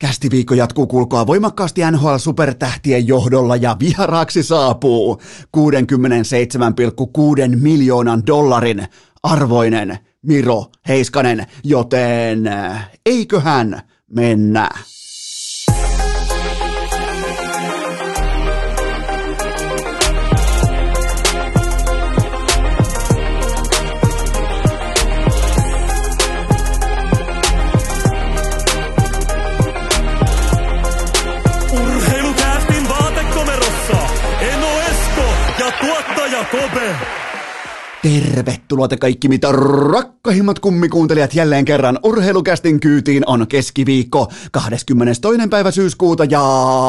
Kästiviikko jatkuu, kuulkaa voimakkaasti NHL-supertähtien johdolla ja vieraaksi saapuu 67,6 miljoonan dollarin arvoinen Miro Heiskanen, joten eiköhän mennä. Kope. Tervetuloa te kaikki mitä rakkahimmat kummikuuntelijat jälleen kerran Urheilukästin kyytiin. On keskiviikko 22. päivä syyskuuta ja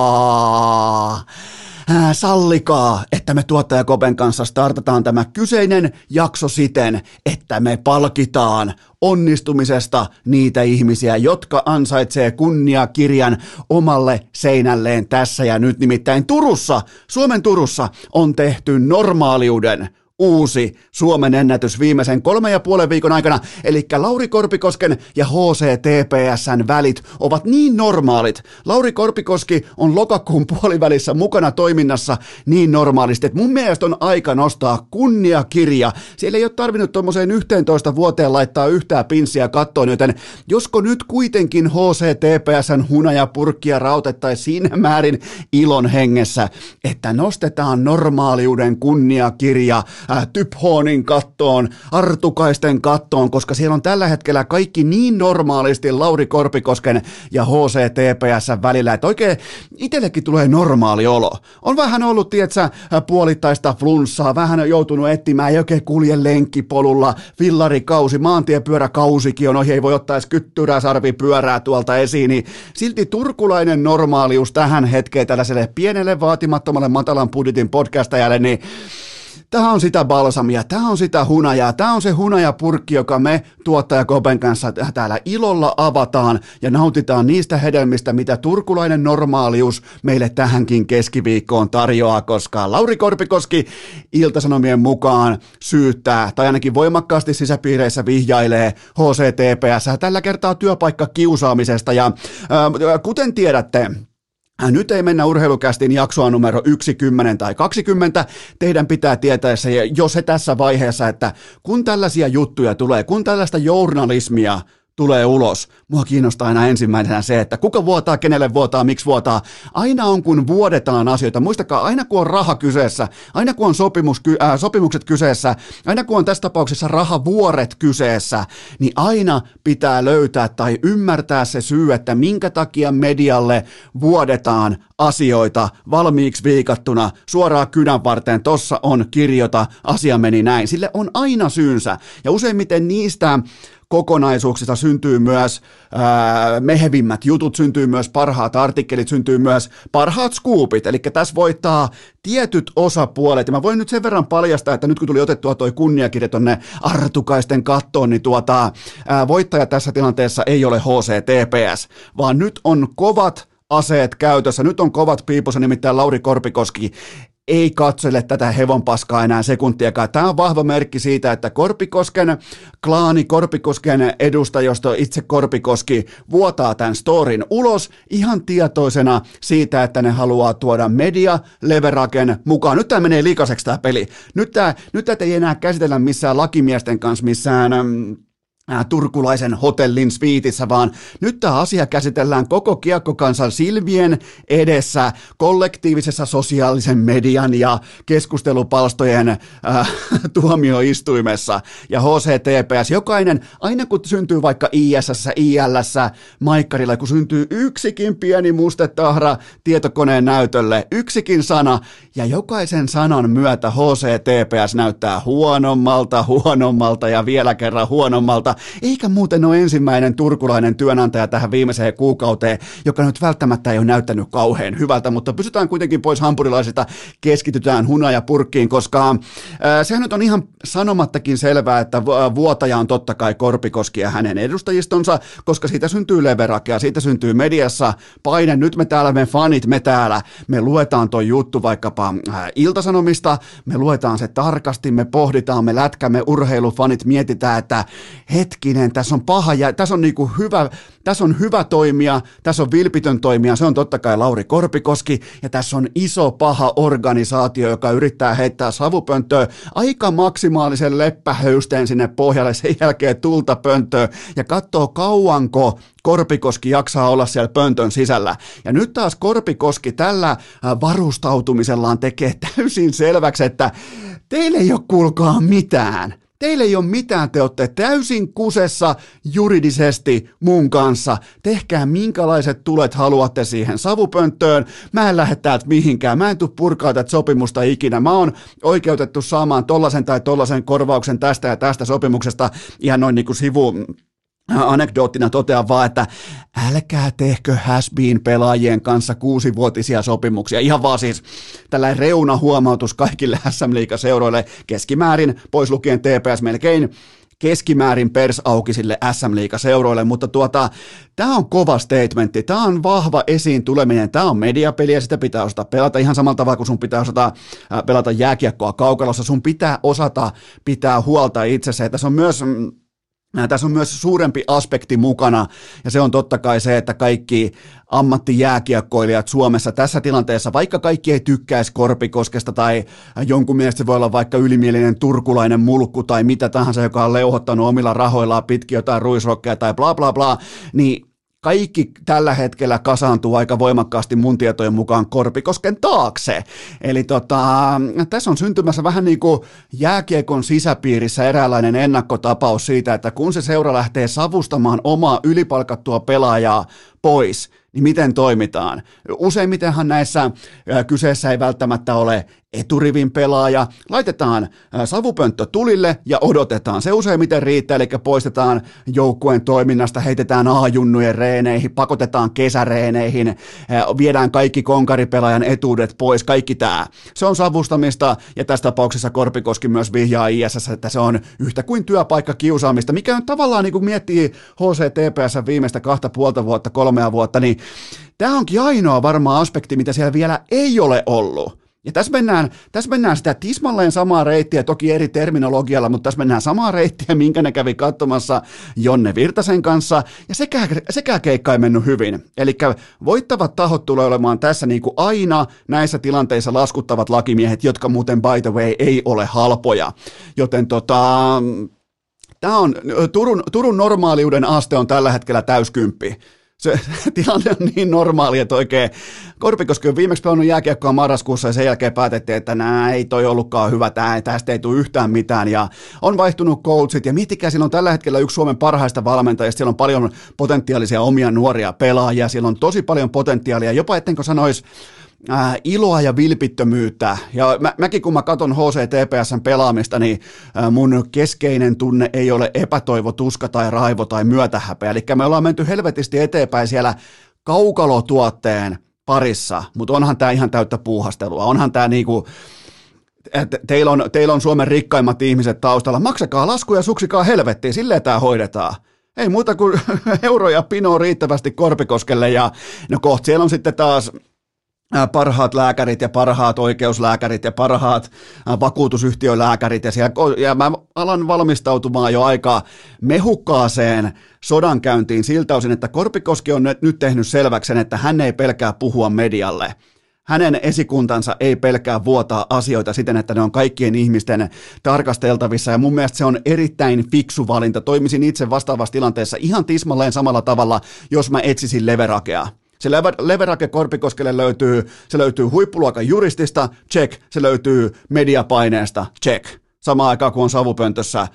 sallikaa, että me tuottaja Kopen kanssa startataan tämä kyseinen jakso siten, että me palkitaan onnistumisesta niitä ihmisiä, jotka ansaitsee kunniakirjan omalle seinälleen tässä ja nyt. Nimittäin Turussa, Suomen Turussa on tehty normaaliuden uusi Suomen ennätys viimeisen 3,5 viikon aikana, eli Lauri Korpikosken ja HC TPS:n välit ovat niin normaalit. Lauri Korpikoski on lokakuun puolivälissä mukana toiminnassa niin normaalisti, että mun mielestä on aika nostaa kunniakirja. Siellä ei ole tarvinnut tuommoiseen 11 vuoteen laittaa yhtään pinssiä kattoon, joten josko nyt kuitenkin HC TPS:n hunajapurkkia rautettaisiin siinä määrin ilon hengessä, että nostetaan normaaliuden kunniakirja Typhoonin kattoon, Artukaisten kattoon, koska siellä on tällä hetkellä kaikki niin normaalisti Lauri Korpikosken ja HC TPS:n välillä, että oikein itsellekin tulee normaali olo. On vähän ollut, tietsä, puolittaista flunssaa, vähän joutunut etsimään, ei oikein kulje lenkkipolulla, fillarikausi, maantiepyöräkausikin on ohi, ei voi ottaa edes kyttyräsarvipyörää tuolta esiin, niin silti turkulainen normaalius tähän hetkeen tällaiselle pienelle vaatimattomalle matalan budjetin podcastajalle, niin tämä on sitä balsamia, tämä on sitä hunajaa, tämä on se hunajapurkki, joka me tuottaja Kopen kanssa täällä ilolla avataan ja nautitaan niistä hedelmistä, mitä turkulainen normaalius meille tähänkin keskiviikkoon tarjoaa, koska Lauri Korpikoski Ilta-Sanomien mukaan syyttää, tai ainakin voimakkaasti sisäpiireissä vihjailee HCTPS tällä kertaa työpaikkakiusaamisesta ja kuten tiedätte, nyt ei mennä Urheilukästin jaksoa numero 1, 10 tai 20. Teidän pitää tietää se jo se tässä vaiheessa, että kun tällaisia juttuja tulee, kun tällaista journalismia tulee ulos, mua kiinnostaa aina ensimmäisenä se, että kuka vuotaa, kenelle vuotaa, miksi vuotaa. Aina on kun vuodetaan asioita, muistakaa, aina kun on raha kyseessä, aina kun on sopimukset kyseessä, aina kun on tässä tapauksessa rahavuoret kyseessä, niin aina pitää löytää tai ymmärtää se syy, että minkä takia medialle vuodetaan asioita valmiiksi viikattuna suoraan kynän varteen, tossa on kirjoita, asia meni näin. Sille on aina syynsä ja useimmiten niistä kokonaisuuksista syntyy myös mehevimmät jutut, syntyy myös parhaat artikkelit, syntyy myös parhaat scoopit, eli tässä voittaa tietyt osapuolet, ja mä voin nyt sen verran paljastaa, että nyt kun tuli otettua toi kunniakirja tonne Artukaisten kattoon, niin voittaja tässä tilanteessa ei ole HCTPS, vaan nyt on kovat aseet käytössä, nyt on kovat piipussa, nimittäin Lauri Korpikoski ei katsele tätä hevonpaskaa enää sekuntiakaan. Tämä on vahva merkki siitä, että Korpikosken klaani, Korpikosken edustajosto, itse Korpikoski vuotaa tämän storin ulos ihan tietoisena siitä, että ne haluaa tuoda media leveraken mukaan. Nyt tämä menee liikaiseksi tämä peli. Nyt tätä ei enää käsitellä missään lakimiesten kanssa, missään turkulaisen hotellin sviitissä, vaan nyt tämä asia käsitellään koko kiekkokansan silmien edessä kollektiivisessa sosiaalisen median ja keskustelupalstojen tuomioistuimessa. Ja HCTPS, jokainen, aina kun syntyy vaikka IS:ssä, IL:ssä, Maikkarilla, kun syntyy yksikin pieni mustetahra tietokoneen näytölle, yksikin sana, ja jokaisen sanan myötä HCTPS näyttää huonommalta ja vielä kerran huonommalta. Eikä muuten ole ensimmäinen turkulainen työnantaja tähän viimeiseen kuukauteen, joka nyt välttämättä ei ole näyttänyt kauhean hyvältä, mutta pysytään kuitenkin pois hampurilaisista, keskitytään hunajapurkkiin, koska sehän nyt on ihan sanomattakin selvää, että vuotaja on totta kai Korpikoski ja hänen edustajistonsa, koska siitä syntyy leverakea, siitä syntyy mediassa paine, nyt me täällä, me fanit, me luetaan toi juttu vaikkapa Ilta-Sanomista, me luetaan se tarkasti, me pohditaan, me lätkämme urheilufanit, mietitään, että hetkinen, tässä on paha, tässä on niinku hyvä, tässä on hyvä toimija, tässä on vilpitön toimija, se on totta kai Lauri Korpikoski, ja tässä on iso paha organisaatio, joka yrittää heittää savupönttöä aika maksimaalisen leppähöysteen sinne pohjalle, sen jälkeen tulta pönttöön, ja katsoo kauanko Korpikoski jaksaa olla siellä pöntön sisällä. Ja nyt taas Korpikoski tällä varustautumisellaan tekee täysin selväksi, että teille ei ole kuulkaa mitään. Teille ei ole mitään, te olette täysin kusessa juridisesti mun kanssa. Tehkää minkälaiset tulet haluatte siihen savupönttöön. Mä en lähde täältä mihinkään. Mä en tuu purkaa tätä sopimusta ikinä. Mä oon oikeutettu saamaan tollasen tai tollasen korvauksen tästä ja tästä sopimuksesta ihan noin niin kuin anekdoottina totean vaan, että älkää tehkö has-been-pelaajien kanssa 6-vuotisia sopimuksia. Ihan vaan siis tällainen reunahuomautus kaikille SM-liigaseuroille keskimäärin, pois lukien TPS melkein keskimäärin persaukisille SM-liigaseuroille, mutta tämä on kova statementti, tämä on vahva esiin tuleminen, tämä on mediapeliä, sitä pitää osata pelata ihan samalla tavalla kuin sun pitää osata pelata jääkiekkoa kaukalossa, sun pitää osata pitää huolta itsessä, tässä on myös suurempi aspekti mukana, ja se on totta kai se, että kaikki ammattijääkiekkoilijat Suomessa tässä tilanteessa, vaikka kaikki ei tykkäisi Korpikoskesta tai jonkun mielestä se voi olla vaikka ylimielinen turkulainen mulkku tai mitä tahansa, joka on leuhottanut omilla rahoillaan pitkin jotain ruisrokkeja tai bla bla bla, niin kaikki tällä hetkellä kasaantuu aika voimakkaasti mun tietojen mukaan Korpikosken taakse. Eli tässä on syntymässä vähän niin kuin jääkiekon sisäpiirissä eräänlainen ennakkotapaus siitä, että kun se seura lähtee savustamaan omaa ylipalkattua pelaajaa pois, niin miten toimitaan? Useimmitenhan näissä kyseessä ei välttämättä ole eturivin pelaaja, laitetaan savupönttö tulille ja odotetaan. Se useimmiten riittää, eli poistetaan joukkueen toiminnasta, heitetään A-junnujen reeneihin, pakotetaan kesäreeneihin, viedään kaikki konkaripelaajan etuudet pois, kaikki tämä. Se on savustamista, ja tässä tapauksessa Korpikoski myös vihjaa ISS, että se on yhtä kuin työpaikkakiusaamista, mikä on tavallaan, niin kuin miettii HCTPS viimeistä 2,5 vuotta, 3 vuotta, niin tämä onkin ainoa varma aspekti, mitä siellä vielä ei ole ollut. Ja tässä mennään sitä tismalleen samaa reittiä, toki eri terminologialla, mutta tässä mennään samaa reittiä, minkä ne kävi katsomassa Jonne Virtasen kanssa, ja sekä keikka ei mennyt hyvin. Eli voittavat tahot tulee olemaan tässä niin kuin aina näissä tilanteissa laskuttavat lakimiehet, jotka muuten by the way ei ole halpoja. Joten tämä on, Turun normaaliuden aste on tällä hetkellä täyskymppi. Se tilanne on niin normaali, että oikein Korpikoski on viimeksi pelannut jääkiekkoa marraskuussa ja sen jälkeen päätettiin, että ei toi ollutkaan hyvä, tästä ei tule yhtään mitään ja on vaihtunut coachit ja miettikää, siellä on tällä hetkellä yksi Suomen parhaista valmentajista, siellä on paljon potentiaalisia omia nuoria pelaajia, siellä on tosi paljon potentiaalia, jopa ettenkö sanoisi iloa ja vilpittömyyttä. Ja mäkin kun mä katson HCTPSn pelaamista, niin mun keskeinen tunne ei ole epätoivo, tuska tai raivo tai myötähäpeä. Eli me ollaan menty helvetisti eteenpäin siellä kaukalotuotteen parissa, mutta onhan tää ihan täyttä puuhastelua. Onhan tää niinku, että teillä on Suomen rikkaimmat ihmiset taustalla. Maksakaa laskuja, suksikaa helvettiin, silleen tää hoidetaan. Ei muuta kuin euroja pinoa riittävästi Korpikoskelle ja no kohta siellä on sitten taas parhaat lääkärit ja parhaat oikeuslääkärit ja parhaat vakuutusyhtiölääkärit ja mä alan valmistautumaan jo aika mehukkaaseen sodankäyntiin siltä osin, että Korpikoski on nyt tehnyt selväksi sen, että hän ei pelkää puhua medialle. Hänen esikuntansa ei pelkää vuotaa asioita siten, että ne on kaikkien ihmisten tarkasteltavissa ja mun mielestä se on erittäin fiksu valinta. Toimisin itse vastaavassa tilanteessa ihan tismalleen samalla tavalla, jos mä etsisin leverakea. Se leverake Korpikoskelle löytyy huippuluokan juristista, check. Se löytyy mediapaineesta, check. Samaan aikaan kun on savupöntössä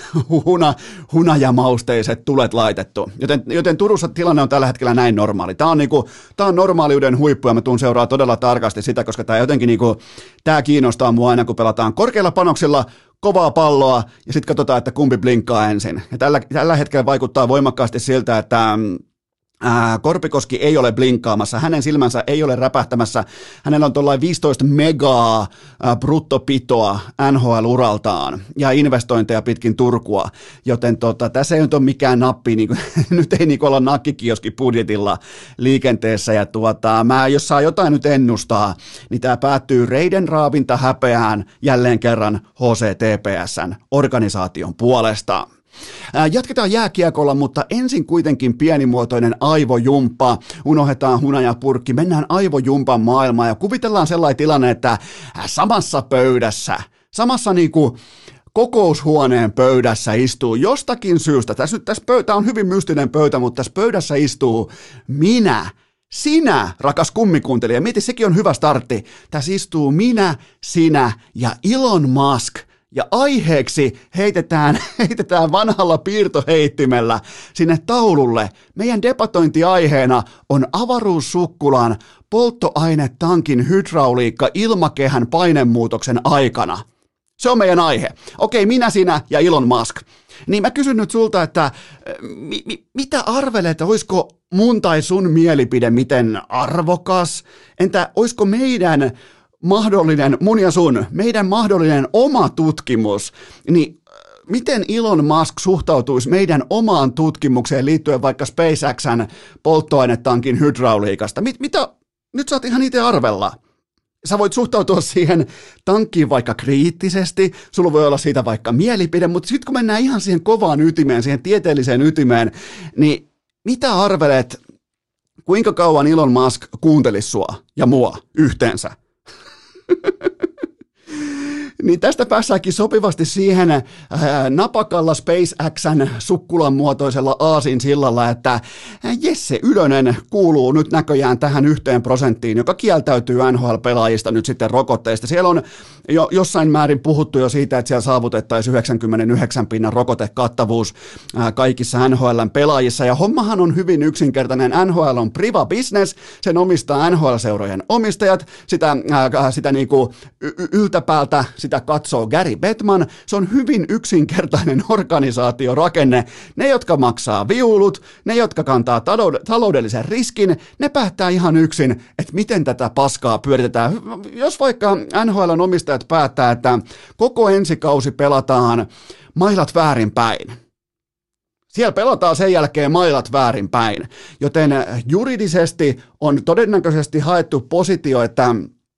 hunajamausteiset tulet laitettu. Joten Turussa tilanne on tällä hetkellä näin normaali. Tämä on normaaliuden huippu ja mä tuun seuraa todella tarkasti sitä, koska tämä jotenkin tämä kiinnostaa mua aina kun pelataan korkeilla panoksilla, kovaa palloa ja sitten katsotaan, että kumpi blinkkaa ensin. Ja tällä hetkellä vaikuttaa voimakkaasti siltä, että Korpikoski ei ole blinkkaamassa, hänen silmänsä ei ole räpähtämässä, hänellä on tuollainen 15 megaa bruttopitoa NHL-uraltaan ja investointeja pitkin Turkua, joten tässä ei nyt ole mikään nappi, nyt ei olla nakkikioski budjetilla liikenteessä ja jos saa jotain nyt ennustaa, niin tämä päättyy reiden raavinta häpeään jälleen kerran HCTPSn organisaation puolesta. Jatketaan jääkiekolla, mutta ensin kuitenkin pienimuotoinen aivojumppa. Unohdetaan hunajapurkki, mennään aivojumpan maailmaan ja kuvitellaan sellainen tilanne, että samassa pöydässä, samassa niinku kokoushuoneen pöydässä istuu jostakin syystä, tässä pöytä on hyvin mystinen pöytä, mutta tässä pöydässä istuu sinä, rakas kummikuuntelija, mieti, sekin on hyvä startti. Tässä istuu minä, sinä ja Elon Musk. Ja aiheeksi heitetään vanhalla piirtoheittimellä sinne taululle. Meidän debatointiaiheena on avaruussukkulan polttoainetankin hydrauliikka ilmakehän painemuutoksen aikana. Se on meidän aihe. Okei, minä, sinä ja Elon Musk. Niin mä kysyn nyt sulta, että mitä arvelet, olisiko mun tai sun mielipide miten arvokas? Entä olisiko meidän mahdollinen oma tutkimus, niin miten Elon Musk suhtautuisi meidän omaan tutkimukseen liittyen vaikka SpaceXn polttoainetankin hydrauliikasta? Mitä? Nyt saat ihan itse arvella. Sä voit suhtautua siihen tankkiin vaikka kriittisesti, sulla voi olla siitä vaikka mielipide, mutta sitten kun mennään ihan siihen kovaan ytimeen, siihen tieteelliseen ytimeen, niin mitä arvelet, kuinka kauan Elon Musk kuuntelisi sua ja mua yhteensä? Niin tästä päässäänkin sopivasti siihen napakalla SpaceXn sukkulan muotoisella aasinsillalla, että Jesse Ylönen kuuluu nyt näköjään tähän 1%, joka kieltäytyy NHL-pelaajista nyt sitten rokotteista. Siellä on jo jossain määrin puhuttu jo siitä, että siellä saavutettaisiin 99% rokotekattavuus kaikissa NHL:n pelaajissa, ja hommahan on hyvin yksinkertainen. NHL on priva business, sen omistaa NHL-seurojen omistajat, sitä niinku yltäpäältä sitä katsoo Gary Bettman. Se on hyvin yksinkertainen organisaatiorakenne. Ne, jotka maksaa viulut, ne, jotka kantaa taloudellisen riskin, ne päättää ihan yksin, että miten tätä paskaa pyöritetään. Jos vaikka NHL:n omistajat päättää, että koko ensikausi pelataan mailat väärinpäin, siellä pelataan sen jälkeen mailat väärinpäin, joten juridisesti on todennäköisesti haettu positio, että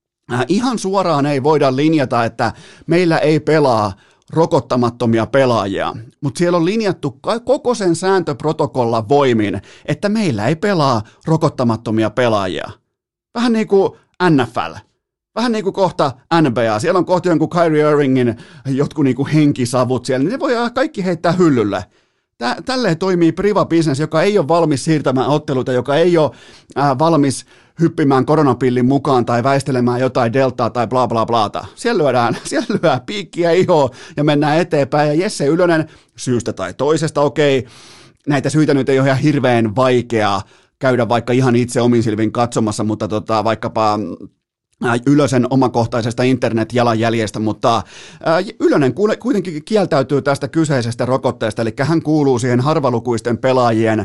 ihan suoraan ei voida linjata, että meillä ei pelaa rokottamattomia pelaajia, mutta siellä on linjattu koko sen sääntöprotokollan voimin, että meillä ei pelaa rokottamattomia pelaajia. Vähän niin kuin NFL. Vähän niin kuin kohta NBA. Siellä on kohta jonkun Kyrie Irvingin jotkut niin kuin henkisavut siellä, niin ne voi kaikki heittää hyllylle. Tälleen toimii priva business, joka ei ole valmis siirtämään otteluita, joka ei ole valmis hyppimään koronapillin mukaan tai väistelemään jotain deltaa tai bla bla blaata. Siellä lyödään piikkiä ihoa ja mennään eteenpäin. Ja Jesse Ylönen syystä tai toisesta, okei, näitä syitä nyt ei ole ihan hirveän vaikeaa käydä vaikka ihan itse omin silmin katsomassa, mutta vaikkapa Ylösen omakohtaisesta internet-jalanjäljestä, mutta Ylönen kuitenkin kieltäytyy tästä kyseisestä rokotteesta, eli hän kuuluu siihen harvalukuisten pelaajien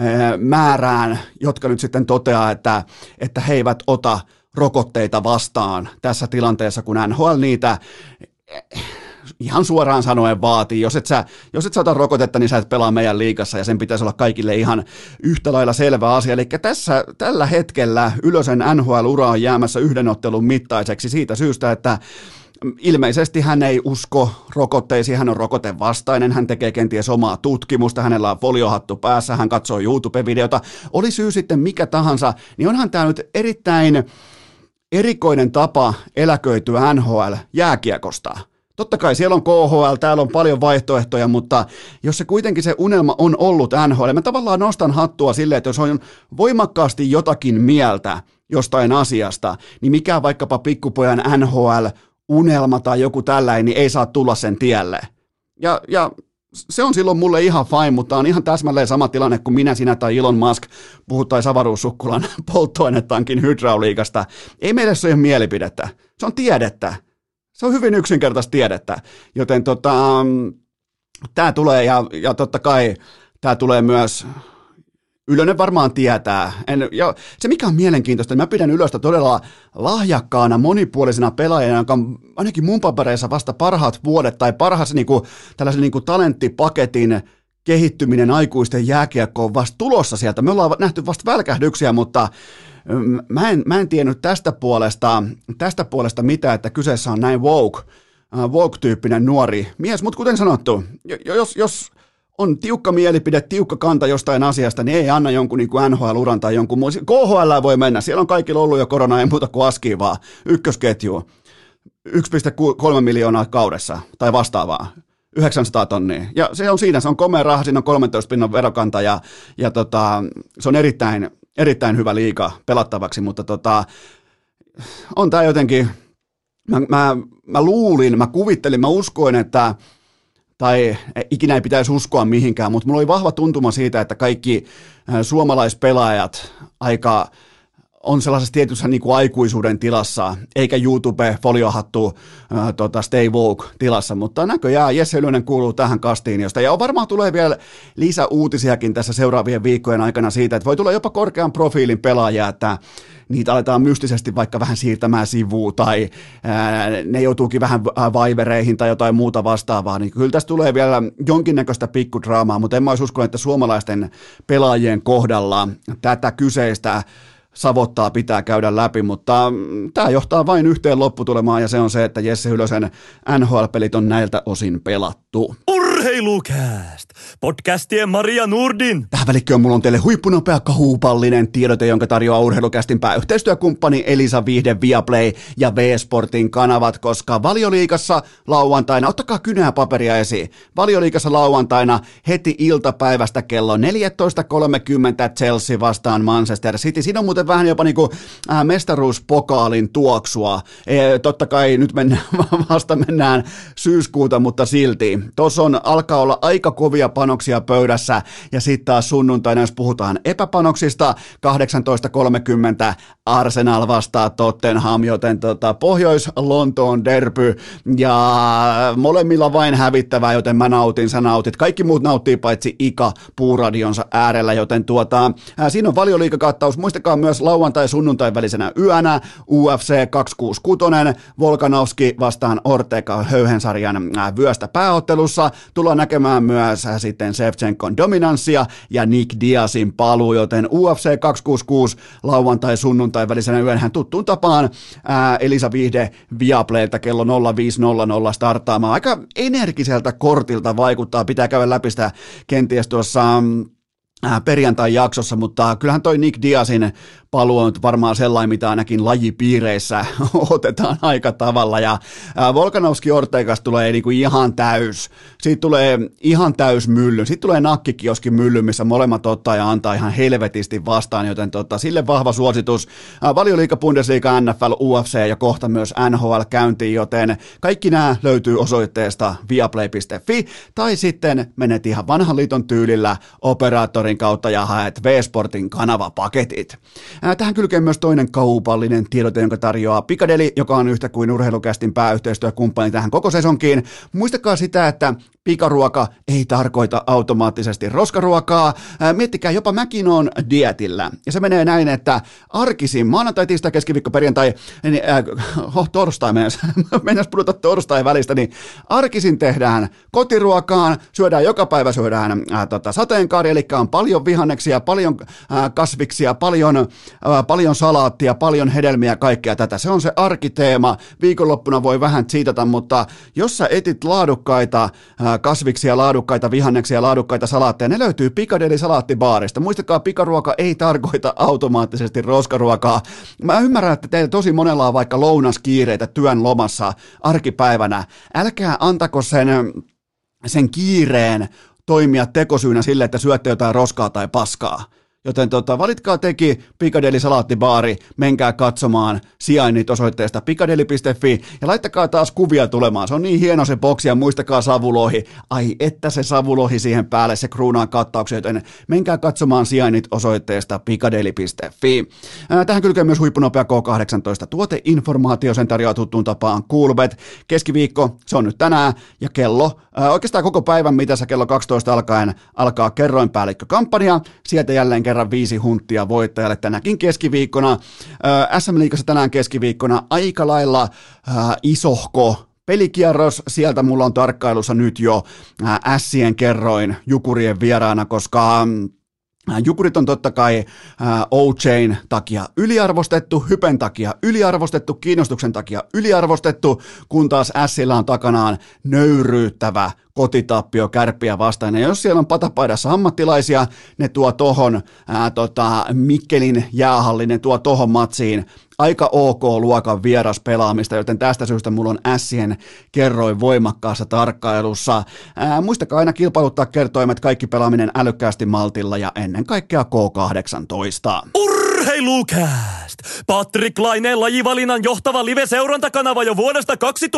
määrään, jotka nyt sitten toteaa, että he eivät ota rokotteita vastaan tässä tilanteessa, kun NHL niitä ihan suoraan sanoen vaatii. Jos et sä ota rokotetta, niin sä et pelaa meidän liigassa, ja sen pitäisi olla kaikille ihan yhtä lailla selvä asia. Eli tällä hetkellä Ylösen NHL-ura on jäämässä yhden ottelun mittaiseksi siitä syystä, että ilmeisesti hän ei usko rokotteisiin, hän on rokotevastainen, hän tekee kenties omaa tutkimusta, hänellä on foliohattu päässä, hän katsoo YouTube-videota. Oli syy sitten mikä tahansa, niin onhan tämä nyt erittäin erikoinen tapa eläköityä NHL-jääkiekosta. Totta kai siellä on KHL, täällä on paljon vaihtoehtoja, mutta jos se kuitenkin se unelma on ollut NHL, mä tavallaan nostan hattua silleen, että jos on voimakkaasti jotakin mieltä jostain asiasta, niin mikä vaikkapa pikkupojan NHL-unelma tai joku tällainen, niin ei saa tulla sen tielle. Ja se on silloin mulle ihan fine, mutta on ihan täsmälleen sama tilanne kuin minä, sinä tai Elon Musk puhuttaisiin avaruussukkulan polttoainetankin hydrauliikasta. Ei meille se ole mielipidettä, se on tiedettä. Se on hyvin yksinkertaista tiedettä, joten tämä tulee, ja totta kai tämä tulee myös, Ylönen varmaan tietää, ja se mikä on mielenkiintoista, niin mä pidän Ylöstä todella lahjakkaana, monipuolisena pelaajana, joka on ainakin mun papereissa vasta parhaat vuodet, tai parhaassa tällaisen talenttipaketin kehittyminen aikuisten jääkiekkoon vasta tulossa sieltä. Me ollaan nähty vasta välkähdyksiä, mutta mä en tiennyt tästä puolesta mitään, että kyseessä on näin woke-tyyppinen nuori mies, mutta kuten sanottu, jos on tiukka mielipide, tiukka kanta jostain asiasta, niin ei anna jonkun niin kuin NHL-uran tai jonkun muun. KHL voi mennä, siellä on kaikilla ollut jo korona, ei muuta kuin askii vaan, ykkösketju, 1,3 miljoonaa kaudessa tai vastaavaa. 900 tonnia. Ja se on siinä, se on komea raha, siinä on 13 pinnan verokanta ja se on erittäin hyvä liiga pelattavaksi, mutta on tää jotenkin, mä luulin, mä kuvittelin, mä uskoin, että tai ikinä ei pitäisi uskoa mihinkään, mutta mulla oli vahva tuntuma siitä, että kaikki suomalaispelaajat on sellaisessa tietyssä niin kuin aikuisuuden tilassa, eikä YouTube, foliohattu, stay woke tilassa, mutta näköjään Jesse Ylönen kuuluu tähän kastiin, josta ja varmaan tulee vielä lisäuutisiakin tässä seuraavien viikkojen aikana siitä, että voi tulla jopa korkean profiilin pelaajia, että niitä aletaan mystisesti vaikka vähän siirtämään sivuun tai ne joutuukin vähän vaivereihin tai jotain muuta vastaavaa, niin kyllä tästä tulee vielä jonkinnäköistä pikkudraamaa, mutta en mä olisi uskonut, että suomalaisten pelaajien kohdalla tätä kyseistä savottaa pitää käydä läpi, mutta tämä johtaa vain yhteen lopputulemaan ja se on se, että Jesse Ylösen NHL-pelit on näiltä osin pelattu. Urheilukääst! Podcastien Maria Nurdin! Tähän välikköön mulla on teille huippunopea kahupallinen tiedote, jonka tarjoaa Urheilukästin pääyhteistyökumppani Elisa Viihde, Viaplay ja V-Sportin kanavat, koska Valioliigassa lauantaina, ottakaa kynää paperia esiin, Valioliigassa lauantaina heti iltapäivästä kello 14.30 Chelsea vastaan Manchester City. Siinä on muuten vähän jopa niin kuin mestaruuspokaalin tuoksua. Totta kai nyt mennään syyskuuta, mutta silti. Tuossa alkaa olla aika kovia panoksia pöydässä ja sitten taas sunnuntaina, jos puhutaan epäpanoksista, 18.30 Arsenal vastaa Tottenham, joten Pohjois-Lontoon derby ja molemmilla vain hävittävää, joten mä nautin, sä nautit. Kaikki muut nauttii paitsi Ika puuradionsa äärellä, joten siinä on Valioliigakattaus. Muistakaa myös lauantai-sunnuntai välisenä yönä UFC 266, Volkanovski vastaan Ortega Höyhensarjan vyöstä pääottelussa. Tullaan näkemään myös sitten Shevchenkon dominanssia ja Nick Diazin paluu, joten UFC 266 lauantai-sunnuntai välisenä yönä tuttuun tapaan Elisa Viihde Viaplaylta kello 05.00 starttaamaan. Aika energiseltä kortilta vaikuttaa, pitää käydä läpi sitä kenties tuossa perjantai-jaksossa, mutta kyllähän toi Nick Diazin paluu on varmaan sellainen, mitä ainakin lajipiireissä otetaan aika tavalla, ja Volkanovski Ortegasta tulee niinku ihan täys, siitä tulee ihan täys mylly, siitä tulee nakkikioskin mylly, missä molemmat ottaa ja antaa ihan helvetisti vastaan, joten sille vahva suositus, Valioliiga, Bundesliga, NFL, UFC ja kohta myös NHL käyntiin, joten kaikki nämä löytyy osoitteesta viaplay.fi, tai sitten menet ihan vanhan liiton tyylillä operaattorin kautta ja haet V-Sportin kanavapaketit. Tähän kylkee myös toinen kaupallinen tiedote, jonka tarjoaa Pikadeli, joka on yhtä kuin Urheilukästin pääyhteistyökumppani tähän koko sesonkiin. Muistakaa sitä, että pikaruoka ei tarkoita automaattisesti roskaruokaa. Miettikää, jopa mäkin on dietillä. Ja se menee näin, että arkisin, maanantai, tiistai, keskiviikko, perjantai, torstai mennäs pudota torstai välistä, niin arkisin tehdään kotiruokaan, syödään joka päivä, syödään sateenkaari, eli on paljon vihanneksia, paljon kasviksia, paljon salaattia, paljon hedelmiä, kaikkea tätä. Se on se arkiteema. Viikonloppuna voi vähän tsiitata, mutta jos sä etit laadukkaita kasviksia, laadukkaita vihanneksia, laadukkaita salaatteja, ne löytyy Pikadeli salaattibaarista. Muistakaa, pikaruoka ei tarkoita automaattisesti roskaruokaa. Mä ymmärrän, että teillä tosi monella on vaikka lounaskiireitä työn lomassa arkipäivänä. Älkää antako sen kiireen toimia tekosyynä sille, että syötte jotain roskaa tai paskaa. Joten valitkaa teki Pikadeli salaattibaari, menkää katsomaan sijainnit osoitteesta pikadeli.fi ja laittakaa taas kuvia tulemaan. Se on niin hieno se boksi ja muistakaa savulohi. Ai että se savulohi siihen päälle, se kruunaa kattauksia, joten menkää katsomaan sijainnit osoitteesta pikadeli.fi. Tähän kylkee myös huippunopea K18 tuoteinformaatio, sen tarjoaa tuttuun tapaan Coolbet. Keskiviikko, se on nyt tänään ja oikeastaan koko päivän mitassa kello 12 alkaen alkaa kerroinpäällikkökampanja. Sieltä jälleen kerran 5 hunttia voittajalle tänäkin keskiviikkona. SM-liigassa tänään keskiviikkona aika lailla isohko pelikierros. Sieltä mulla on tarkkailussa nyt jo Ässien kerroin Jukurien vieraana, koska Jukurit on totta kai OJ:n takia yliarvostettu, hypen takia yliarvostettu, kiinnostuksen takia yliarvostettu, kun taas Ässillä on takanaan nöyryyttävä kotitappio Kärppiä vastaan. Ja jos siellä on patapaidassa ammattilaisia, ne tuo tohon Mikkelin jäähalli, ne tuo tohon matsiin aika ok-luokan vieraspelaamista, joten tästä syystä mulla on Ässien kerroin voimakkaassa tarkkailussa. Muistakaa aina kilpailuttaa kertoimet, kaikki pelaaminen älykkäästi maltilla ja ennen kaikkea K18. Urheilukääst! Patrick Laineen lajivalinnan johtava live-seurantakanava jo vuodesta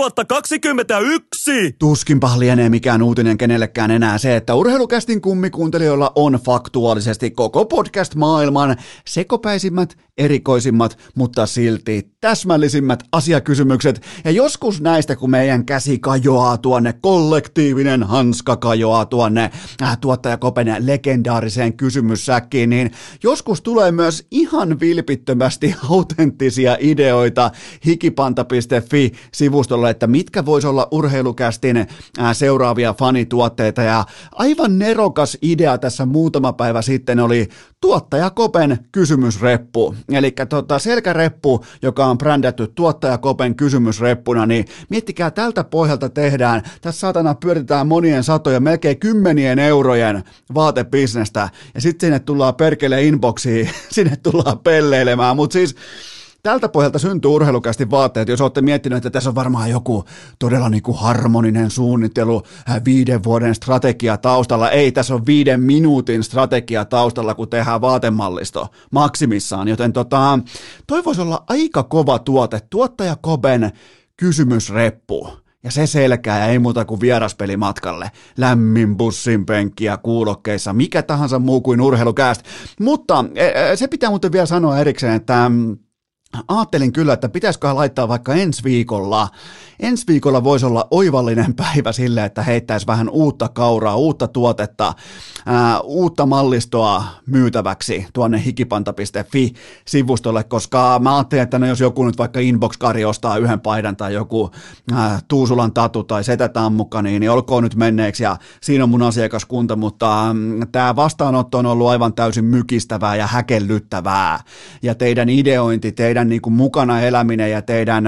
2021! Tuskinpa lienee mikään uutinen kenellekään enää se, että Urheilukästin kummikuuntelijoilla on faktuaalisesti koko podcast-maailman sekopäisimmät, erikoisimmat, mutta silti täsmällisimmät asiakysymykset. Ja joskus näistä, kun meidän käsi kajoaa tuonne, kollektiivinen hanska kajoaa tuonne tuottaja Kopen legendaariseen kysymyssäkkiin, niin joskus tulee myös ihan vilpittömästi autenttisia ideoita hikipanta.fi-sivustolle, että mitkä voisi olla Urheilukästin seuraavia fanituotteita. Ja aivan nerokas idea tässä muutama päivä sitten oli tuottaja Kopen kysymysreppu. Eli selkäreppu, joka on brändätty tuottaja Kopen kysymysreppuna, niin miettikää, tältä pohjalta tehdään, tässä saatana pyöritetään monien satojen, melkein 10 eurojen vaatebisnestä, ja sitten sinne tullaan perkele inboxiin, sinne tullaan pelleilemään, mutta siis tältä pohjalta syntyy Urheilukästin vaatteet, jos olette miettineet, että tässä on varmaan joku todella niin kuin harmoninen suunnittelu, 5 vuoden strategia taustalla. Ei, tässä on 5 minuutin strategia taustalla, kun tehdään vaatemallisto maksimissaan, joten toi voisi olla aika kova tuote, tuottaja Koben kysymysreppu. Ja se selkää ja ei muuta kuin vieraspelimatkalle. Lämmin bussin penkkiä kuulokkeissa, mikä tahansa muu kuin Urheilukäst. Mutta se pitää muuten vielä sanoa erikseen, että ajattelin kyllä, että pitäisiköhän laittaa vaikka ensi viikolla. Ensi viikolla voisi olla oivallinen päivä sille, että heittäisi vähän uutta kauraa, uutta tuotetta, uutta mallistoa myytäväksi tuonne hikipanta.fi-sivustolle, koska mä ajattelin, että jos joku nyt vaikka Inbox-kari ostaa yhden paidan tai joku Tuusulan tatu tai setätammukka, niin olkoon nyt menneeksi ja siinä on mun asiakaskunta, mutta tämä vastaanotto on ollut aivan täysin mykistävää ja häkellyttävää ja teidän ideointi, teidän niin kuin mukana eläminen ja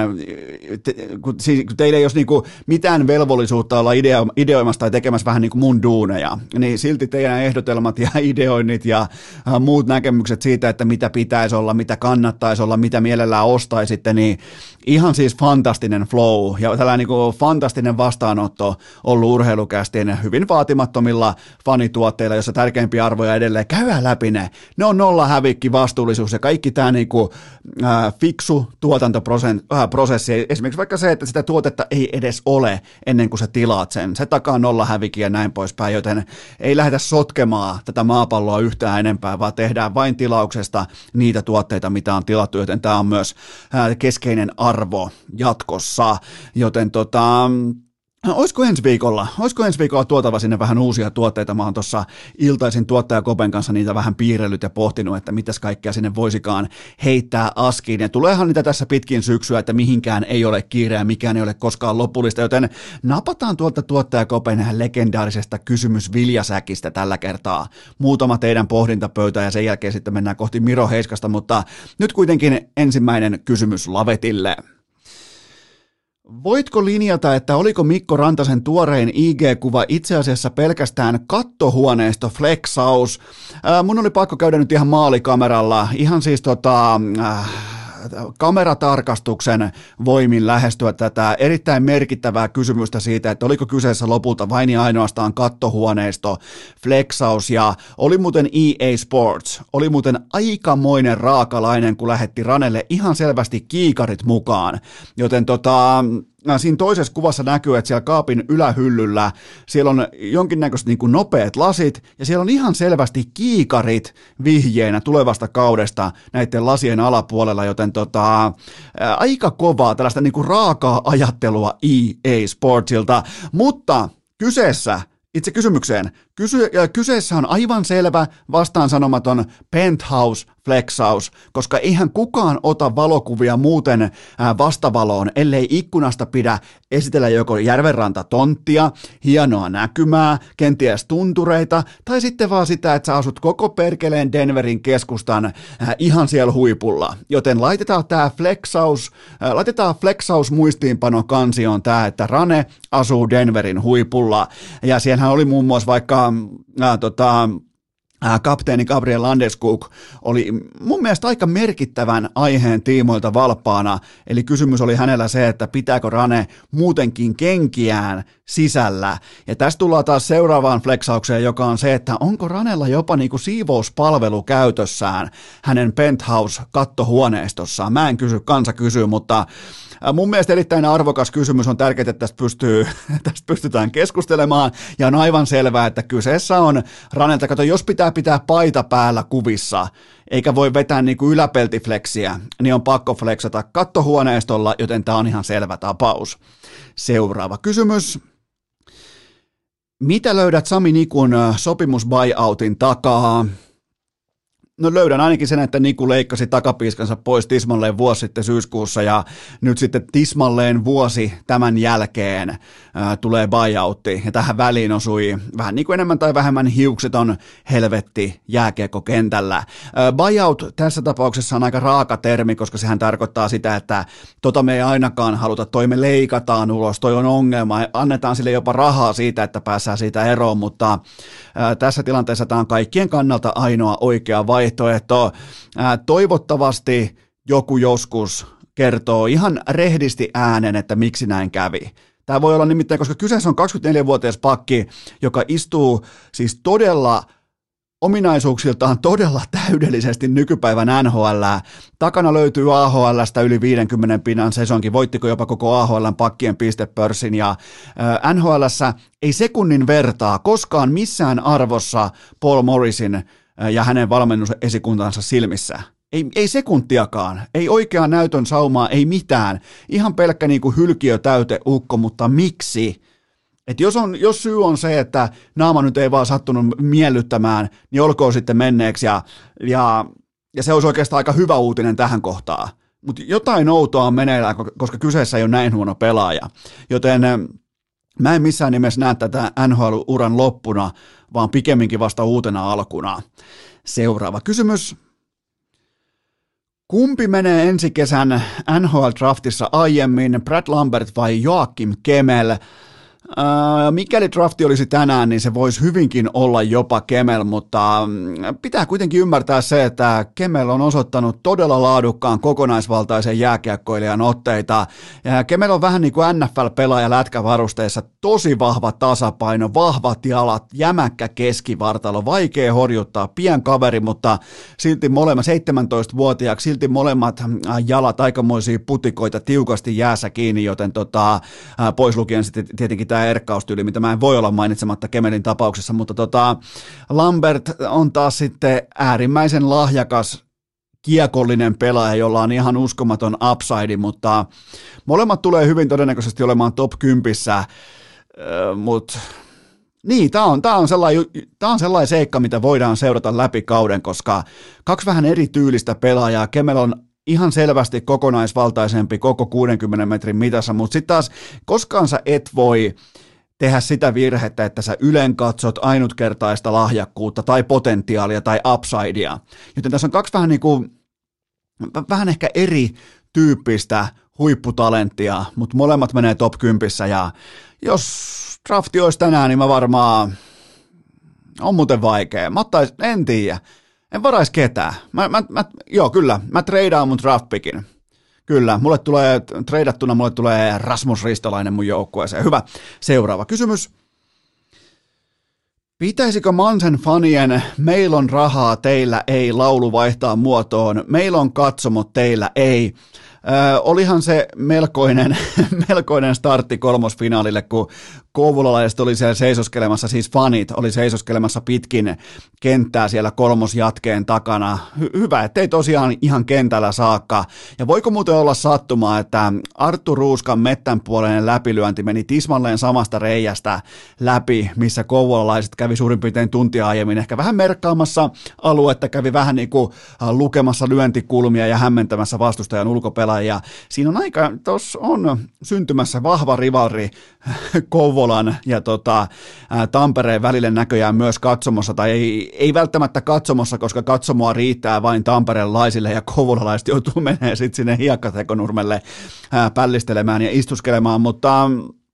kun teillä ei ole niin kuin mitään velvollisuutta olla ideoimassa tai tekemässä vähän niin kuin mun duuneja, niin silti teidän ehdotelmat ja ideoinnit ja muut näkemykset siitä, että mitä pitäisi olla, mitä kannattaisi olla, mitä mielellään ostaisitte, niin ihan siis fantastinen flow ja tällainen niin kuin fantastinen vastaanotto ollut Urheilukästin hyvin vaatimattomilla fanituotteilla, jossa tärkeimpiä arvoja edelleen käydään läpi ne. Ne on nolla hävikki, vastuullisuus ja kaikki tämä niin kuin fiksu tuotantoprosessi, esimerkiksi vaikka se, että sitä tuotetta ei edes ole ennen kuin sä tilaat sen, se takaa nolla hävikkiä ja näin poispäin, joten ei lähdetä sotkemaan tätä maapalloa yhtään enempää, vaan tehdään vain tilauksesta niitä tuotteita, mitä on tilattu, joten tämä on myös keskeinen arvo jatkossa, joten Olisiko ensi viikolla tuotava sinne vähän uusia tuotteita? Mä oon tuossa iltaisin tuottaja Kopen kanssa niitä vähän piirrellyt ja pohtinut, että mitäs kaikkea sinne voisikaan heittää askiin. Ja tuleehan niitä tässä pitkin syksyä, että mihinkään ei ole kiire ja mikään ei ole koskaan lopullista, joten napataan tuolta tuottaja Kopen legendaarisesta kysymysviljasäkistä tällä kertaa. Muutama teidän pohdintapöytä ja sen jälkeen sitten mennään kohti Miro Heiskasta, mutta nyt kuitenkin ensimmäinen kysymys lavetille. Voitko linjata, että oliko Mikko Rantasen tuorein IG-kuva itse asiassa pelkästään kattohuoneisto flexaus? Mun oli pakko käydä nyt ihan maalikameralla, ihan siis kameratarkastuksen voimin lähestyä tätä erittäin merkittävää kysymystä siitä, että oliko kyseessä lopulta vain ja ainoastaan kattohuoneisto, flexaus ja oli muuten EA Sports, oli muuten aikamoinen raakalainen, kun lähetti Ranelle ihan selvästi kiikarit mukaan, joten siinä toisessa kuvassa näkyy, että siellä kaapin ylähyllyllä siellä on jonkinnäköiset niin kuin nopeat lasit ja siellä on ihan selvästi kiikarit vihjeenä tulevasta kaudesta näiden lasien alapuolella, joten aika kovaa tällaista niin kuin raakaa ajattelua EA Sportsilta, mutta itse kysymykseen. Kyseessä on aivan selvä vastaansanomaton Penthouse flexaus, koska eihän kukaan ota valokuvia muuten vastavaloon, ellei ikkunasta pidä esitellä joko järvenrantatonttia, hienoa näkymää, kenties tuntureita, tai sitten vaan sitä, että sä asut koko perkeleen Denverin keskustan ihan siellä huipulla. Joten laitetaan flexaus muistiinpano kansioon tää, että Rane asuu Denverin huipulla. Ja siellähän oli muun muassa vaikka kapteeni Gabriel Landeskog oli mun mielestä aika merkittävän aiheen tiimoilta valppaana, eli kysymys oli hänellä se, että pitääkö Rane muutenkin kenkiään sisällä. Ja tästä tullaan taas seuraavaan flexaukseen, joka on se, että onko Ranella jopa niinku siivouspalvelu käytössään hänen penthouse-kattohuoneistossaan. Mä en kysy, kansa kysyy, mutta mun mielestä erittäin arvokas kysymys, on tärkeää, että tästä pystytään keskustelemaan, ja on aivan selvää, että kyseessä on Ranelta. Kato, jos pitää paita päällä kuvissa, eikä voi vetää niinku yläpeltifleksiä, niin on pakko flexata kattohuoneistolla, joten tämä on ihan selvä tapaus. Seuraava kysymys. Mitä löydät Sami Nikun sopimusbuyoutin takaa? No löydän ainakin sen, että Niku leikkasi takapiiskansa pois tismalleen vuosi sitten syyskuussa, ja nyt sitten tismalleen vuosi tämän jälkeen tulee buyoutti, ja tähän väliin osui vähän niin kuin enemmän tai vähemmän hiukseton helvetti jääkiekkokentällä. Buyout tässä tapauksessa on aika raaka termi, koska sehän tarkoittaa sitä, että me ei ainakaan haluta, toi me leikataan ulos, toi on ongelma, annetaan sille jopa rahaa siitä, että päässään siitä eroon, mutta tässä tilanteessa tämä on kaikkien kannalta ainoa oikea vaihtoehto. Toivottavasti joku joskus kertoo ihan rehdisti äänen, että miksi näin kävi. Tämä voi olla nimittäin, koska kyseessä on 24-vuotias pakki, joka istuu siis ominaisuuksiltaan todella täydellisesti nykypäivän NHL. Takana löytyy AHL:stä yli 50 pinnan sesonkin, voittiko jopa koko AHL:n pakkien pistepörssin, ja NHL:ssä ei sekunnin vertaa koskaan missään arvossa Paul Morrisin ja hänen valmennusesikuntansa silmissä. Ei sekuntiakaan, ei oikeaa näytön saumaa, ei mitään. Ihan pelkkä niin kuin hylkiötäyte ukko, mutta miksi? Et jos syy on se, että naama nyt ei vaan sattunut miellyttämään, niin olkoon sitten menneeksi, ja se olisi oikeastaan aika hyvä uutinen tähän kohtaan. Mutta jotain outoa on meneillään, koska kyseessä ei ole näin huono pelaaja. Joten mä en missään nimessä näe tätä NHL-uran loppuna, vaan pikemminkin vasta uutena alkuna. Seuraava kysymys. Kumpi menee ensi kesän NHL-draftissa aiemmin, Brad Lambert vai Joakim Kemel? Mikäli drafti olisi tänään, niin se voisi hyvinkin olla jopa Kemel, mutta pitää kuitenkin ymmärtää se, että Kemel on osoittanut todella laadukkaan kokonaisvaltaisen jääkiekkoilijan otteita. Ja Kemel on vähän niin kuin NFL-pelaaja lätkävarusteissa, tosi vahva tasapaino, vahvat jalat, jämäkkä keskivartalo, vaikea horjuttaa, pien kaveri, mutta silti molemmat 17-vuotiaaksi, silti molemmat jalat aikamoisia putikoita tiukasti jäässä kiinni, joten pois lukien sitten tietenkin tämä erkkaustyyli, mitä mä en voi olla mainitsematta Kemelin tapauksessa, mutta Lambert on taas sitten äärimmäisen lahjakas kiekollinen pelaaja, jolla on ihan uskomaton upside, mutta molemmat tulee hyvin todennäköisesti olemaan top 10, mutta niin, tämä on sellainen seikka, mitä voidaan seurata läpi kauden, koska kaksi vähän erityylistä pelaajaa. Kemel on ihan selvästi kokonaisvaltaisempi koko 60 metrin mitassa, mutta sitten taas koskaan sä et voi tehdä sitä virhettä, että sä ylen katsot ainutkertaista lahjakkuutta tai potentiaalia tai upsidea. Joten tässä on kaksi vähän ehkä erityyppistä huipputalenttia, mutta molemmat menee top 10, ja jos drafti olisi tänään, niin mä varmaan, on muuten vaikea. En tiedä. En varais ketään. Joo, kyllä. Mä treidaan mun draftpickin. Kyllä, treidattuna mulle tulee Rasmus Ristolainen mun joukkueeseen. Hyvä. Seuraava kysymys. Pitäisikö Mansen fanien "Meillä on rahaa, teillä ei" laulu vaihtaa muotoon "Meillä on katsomot, teillä ei"? Olihan se melkoinen startti kolmosfinaalille, kun kouvolalaiset oli siellä seisoskelemassa, siis fanit oli seisoskelemassa pitkin kenttää siellä kolmosjatkeen takana. Hyvä, ettei tosiaan ihan kentällä saakka. Ja voiko muuten olla sattumaa, että Arttu Ruuskan mettänpuoleinen läpilyönti meni tismalleen samasta reiästä läpi, missä kouvolalaiset kävi suurin piirtein tuntia aiemmin, ehkä vähän merkkaamassa aluetta, kävi vähän niin kuin lukemassa lyöntikulmia ja hämmentämässä vastustajan ulkopelaajia. Siinä on tuossa on syntymässä vahva rivalri Kouvolan ja Tampereen välille näköjään myös katsomossa, tai ei välttämättä katsomossa, koska katsomoa riittää vain tamperelaisille ja kouvolalaiset joutuu menemään sitten sinne hiekkatekonurmelle pällistelemään ja istuskelemaan, mutta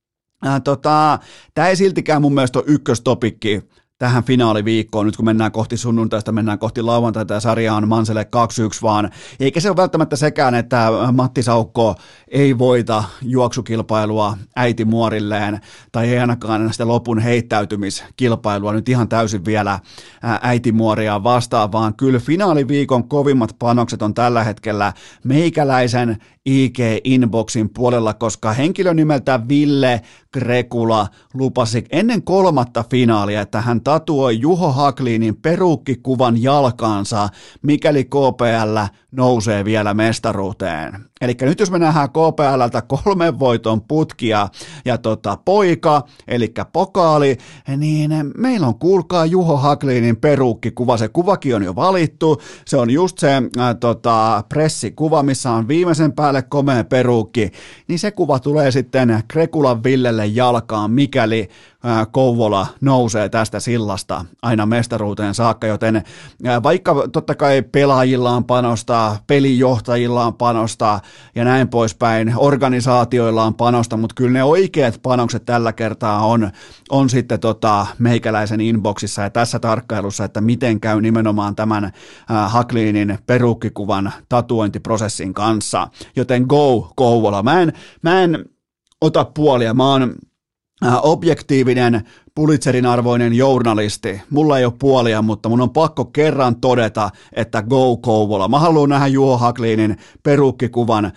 tämä ei siltikään mun mielestä ole ykköstopikki tähän finaaliviikkoon, nyt kun mennään kohti sunnuntaista, mennään kohti lauantaita ja sarja on Manselle 2-1 vaan, eikä se ole välttämättä sekään, että Matti Saukko ei voita juoksukilpailua äitimuorilleen, tai ei ainakaan sitä lopun heittäytymiskilpailua nyt ihan täysin vielä äitimuoria vastaan, vaan kyllä finaaliviikon kovimmat panokset on tällä hetkellä meikäläisen IG-inboxin puolella, koska henkilö nimeltä Ville Krekula lupasi ennen 3. finaalia, että hän tatuoi Juho Haklinin peruukkikuvan jalkaansa, mikäli KPL nousee vielä mestaruuteen. Eli nyt jos me nähdään KPL:ltä 3 voiton putkia ja poika, eli pokaali, niin meillä on kuulkaa Juho Haklinin peruukkikuva. Se kuvakin on jo valittu. Se on just se pressikuva, missä on viimeisen päälle komea peruukki. Niin se kuva tulee sitten Krekulan Villelle jalkaan, mikäli Kouvola nousee tästä sillasta aina mestaruuteen saakka, joten vaikka totta kai pelaajillaan panostaa, pelijohtajillaan panostaa ja näin poispäin, organisaatioillaan panosta, mutta kyllä ne oikeat panokset tällä kertaa on sitten meikäläisen inboxissa ja tässä tarkkailussa, että miten käy nimenomaan tämän Haklinin peruukkikuvan tatuointiprosessin kanssa, joten go Kouvola. Mä en ota puolia, mä oon objektiivinen, Pulitzerin arvoinen journalisti. Mulla ei ole puolia, mutta mun on pakko kerran todeta, että go Kouvola. Mä haluan nähdä Juho Haklinin peruukkikuvan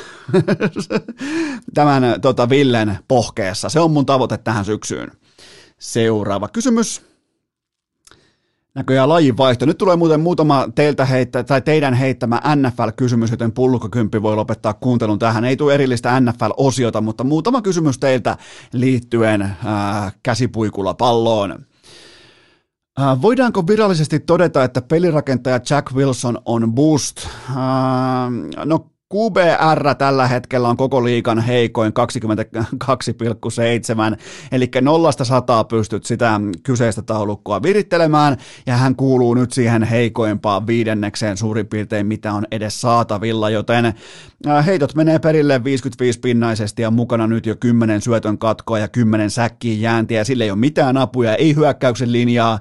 tämän Villen pohkeessa. Se on mun tavoite tähän syksyyn. Seuraava kysymys. Näköjään lajinvaihto. Nyt tulee muuten muutama teidän heittämä NFL-kysymys, joten pullukkakymppi voi lopettaa kuuntelun tähän. Ei tule erillistä NFL-osiota, mutta muutama kysymys teiltä liittyen käsipuikulla palloon. Voidaanko virallisesti todeta, että pelirakentaja Jack Wilson on boost? No QBR tällä hetkellä on koko liigan heikoin 22,7, eli 0-100 pystyt sitä kyseistä taulukkoa virittelemään, ja hän kuuluu nyt siihen heikoimpaan 5. suurin piirtein, mitä on edes saatavilla, joten heitot menee perille 55-pinnaisesti ja mukana nyt jo 10 syötön katkoa ja 10 säkkiin jääntiä, sillä ei ole mitään apuja, ei hyökkäyksen linjaa,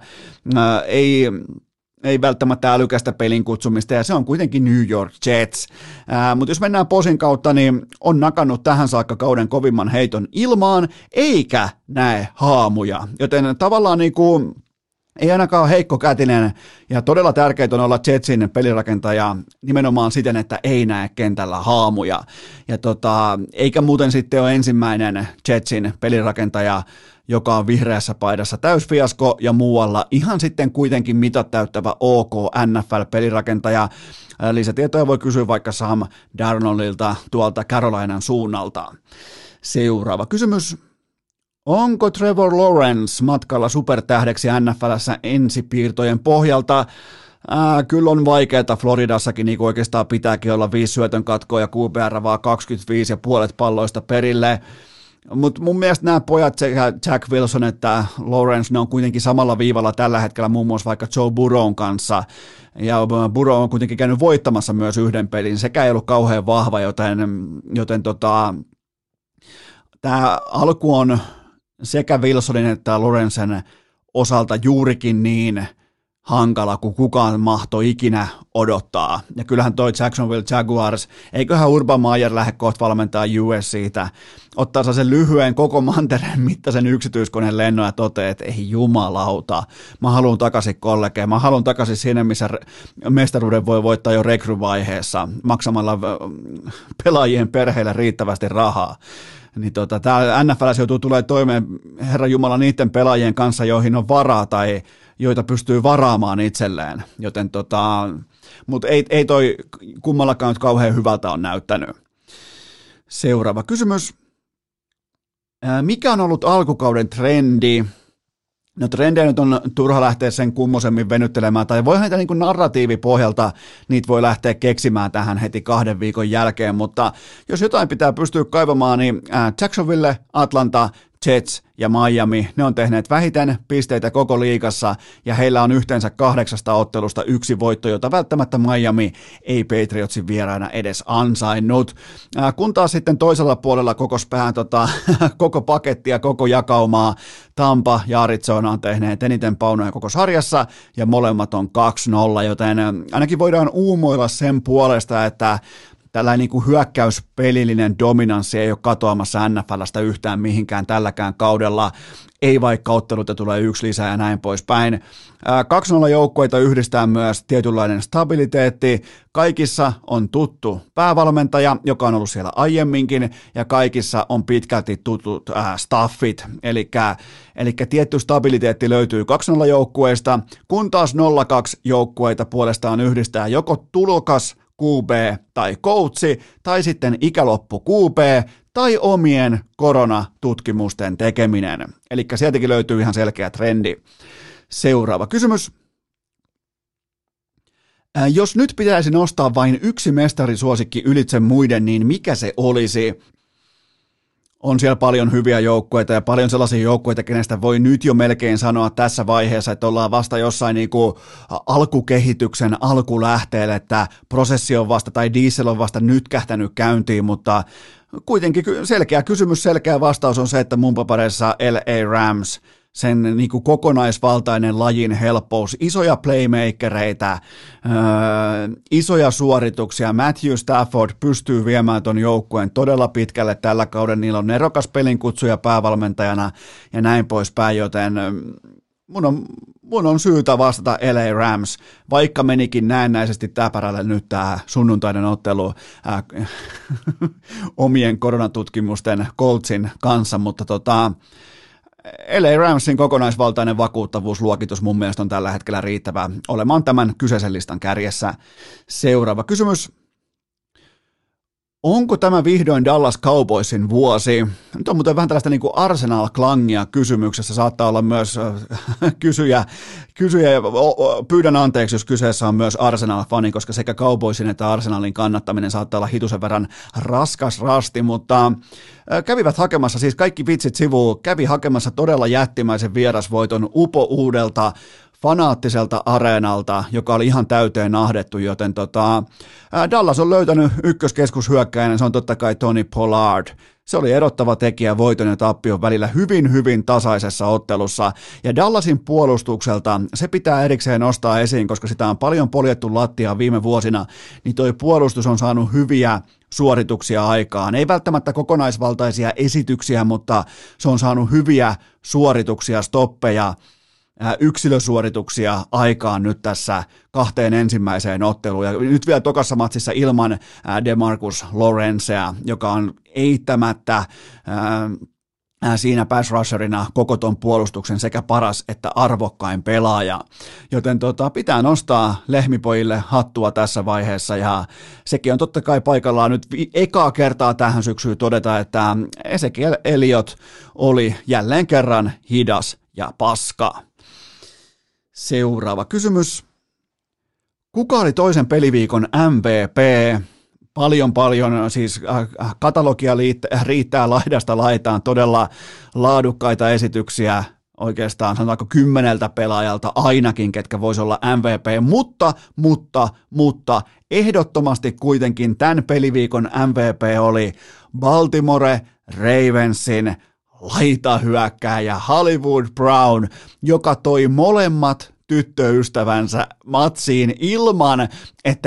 ei välttämättä älykästä pelin kutsumista, ja se on kuitenkin New York Jets. Mutta jos mennään posin kautta, niin on nakannut tähän saakka kauden kovimman heiton ilmaan, eikä näe haamuja. Joten tavallaan niinku ei ainakaan heikkokätinen, ja todella tärkeää on olla Jetsin pelirakentaja nimenomaan siten, että ei näe kentällä haamuja. Ja eikä muuten sitten ole ensimmäinen Jetsin pelirakentaja, joka on vihreässä paidassa täysfiasko ja muualla ihan sitten kuitenkin mitat täyttävä OK NFL-pelirakentaja. Lisätietoja voi kysyä vaikka Sam Darnoldilta tuolta Carolinan suunnalta. Seuraava kysymys. Onko Trevor Lawrence matkalla supertähdeksi NFL:ssä ensipiirtojen pohjalta? Kyllä on vaikeaa Floridassakin, niin kuin oikeastaan pitääkin olla 5 syötön katkoa ja QBR vaan 25 ja puolet palloista perille. Mutta mun mielestä nämä pojat sekä Jack Wilson että Lawrence, ne on kuitenkin samalla viivalla tällä hetkellä muun muassa vaikka Joe Burrown kanssa. Ja Burrow on kuitenkin käynyt voittamassa myös yhden pelin. Sekä ei ollut kauhean vahva, joten tämä alku on sekä Wilsonin että Lawrencen osalta juurikin niin hankala, kuin kukaan mahtoi ikinä odottaa. Ja kyllähän toi Jacksonville Jaguars, eiköhän Urban Meyer lähde kohta valmentaa USC:tä, ottaa sen lyhyen koko mantereen mittaisen yksityiskoneen lennon ja toteaa, että ei jumalauta, mä haluan takaisin kollegeen, mä haluan takaisin sinne, missä mestaruuden voi voittaa jo rekryvaiheessa, maksamalla pelaajien perheille riittävästi rahaa. Niin täällä NFL:ssä joutuu tulemaan toimeen, Herran Jumala, niiden pelaajien kanssa, joihin on varaa tai joita pystyy varaamaan itselleen, joten mutta ei toi kummallakaan nyt kauhean hyvältä on näyttänyt. Seuraava kysymys. Mikä on ollut alkukauden trendi? No trendejä nyt on turha lähteä sen kummosemmin venyttelemään, tai voihan niitä niin kuin narratiivipohjalta, niitä voi lähteä keksimään tähän heti 2 viikon jälkeen, mutta jos jotain pitää pystyä kaivamaan, niin Jacksonville, Atlanta, Jets ja Miami, ne on tehneet vähiten pisteitä koko liigassa, ja heillä on yhteensä 8 ottelusta 1 voitto, jota välttämättä Miami ei Patriotsin vieraana edes ansainnut. Kun taas sitten toisella puolella koko pakettia, koko jakaumaa, Tampa ja Arizona on tehneet eniten paunoja koko sarjassa, ja molemmat on 2-0, joten ainakin voidaan uumoilla sen puolesta, että tällainen niin kuin hyökkäyspelillinen dominanssi ei ole katoamassa NFL:stä yhtään mihinkään tälläkään kaudella, ei vaikka otteluita tulee 1 lisää ja näin poispäin. 2-0 joukkueita yhdistää myös tietynlainen stabiliteetti. Kaikissa on tuttu päävalmentaja, joka on ollut siellä aiemminkin, ja kaikissa on pitkälti tutut staffit. Eli tietty stabiliteetti löytyy 2-0 joukkueista, kun taas 0-2 joukkueita puolestaan yhdistää joko tulokas QB tai coachi, tai sitten ikäloppu QB, tai omien koronatutkimusten tekeminen. Eli sieltäkin löytyy ihan selkeä trendi. Seuraava kysymys. Jos nyt pitäisi nostaa vain yksi mestarisuosikki ylitse muiden, niin mikä se olisi? On siellä paljon hyviä joukkueita ja paljon sellaisia joukkueita, kenestä voi nyt jo melkein sanoa tässä vaiheessa, että ollaan vasta jossain niin kuin alkukehityksen alkulähteellä, että prosessi on vasta tai diesel on vasta nyt kähtänyt käyntiin, mutta kuitenkin selkeä kysymys, selkeä vastaus on se, että mun papereissa LA Rams, sen niin kuin kokonaisvaltainen lajin helppous, isoja playmakereita, isoja suorituksia. Matthew Stafford pystyy viemään ton joukkueen todella pitkälle tällä kaudella. Niillä on nerokas pelinkutsuja päävalmentajana ja näin poispäin, joten mun on syytä vastata LA Rams, vaikka menikin näennäisesti täpärälle nyt tämä sunnuntainen ottelu omien koronatutkimusten Coltsin kanssa, mutta LA Ramsin kokonaisvaltainen vakuuttavuusluokitus mun mielestä on tällä hetkellä riittävä olemaan tämän kyseisen listan kärjessä. Seuraava kysymys. Onko tämä vihdoin Dallas Cowboysin vuosi? Nyt on muuten vähän tällaista niin kuin Arsenal-klangia kysymyksessä. Saattaa olla myös kysyjä ja pyydän anteeksi, jos kyseessä on myös Arsenal-fani, koska sekä Cowboysin että Arsenalin kannattaminen saattaa olla hitusen verran raskas rasti, mutta kävivät hakemassa, siis kaikki vitsit sivuun, kävi hakemassa todella jättimäisen vierasvoiton upouudelta fanaattiselta areenalta, joka oli ihan täyteen ahdettu, joten Dallas on löytänyt ykköskeskushyökkäinen, se on totta kai Tony Pollard. Se oli erottava tekijä voiton ja tappion välillä hyvin tasaisessa ottelussa, ja Dallasin puolustukselta se pitää erikseen nostaa esiin, koska sitä on paljon poljettu lattiaa viime vuosina, niin toi puolustus on saanut hyviä suorituksia aikaan. Ei välttämättä kokonaisvaltaisia esityksiä, mutta se on saanut hyviä suorituksia, stoppeja, yksilösuorituksia aikaan nyt tässä 2 ensimmäiseen otteluun, ja nyt vielä tokassa matsissa ilman DeMarcus Lawrencea, joka on eittämättä siinä pass rusherina koko ton puolustuksen sekä paras että arvokkain pelaaja, joten pitää nostaa lehmipojille hattua tässä vaiheessa, ja sekin on totta kai paikallaan nyt ekaa kertaa tähän syksyyn todeta, että Ezekiel Elliott oli jälleen kerran hidas ja paska. Seuraava kysymys. Kuka oli toisen peliviikon MVP? Paljon, siis katalogia riittää laidasta laitaan, todella laadukkaita esityksiä, oikeastaan sanotaanko 10 pelaajalta ainakin, ketkä voisi olla MVP, mutta ehdottomasti kuitenkin tämän peliviikon MVP oli Baltimore Ravensin laitahyökkääjä Hollywood Brown, joka toi molemmat tyttöystävänsä matsiin ilman, että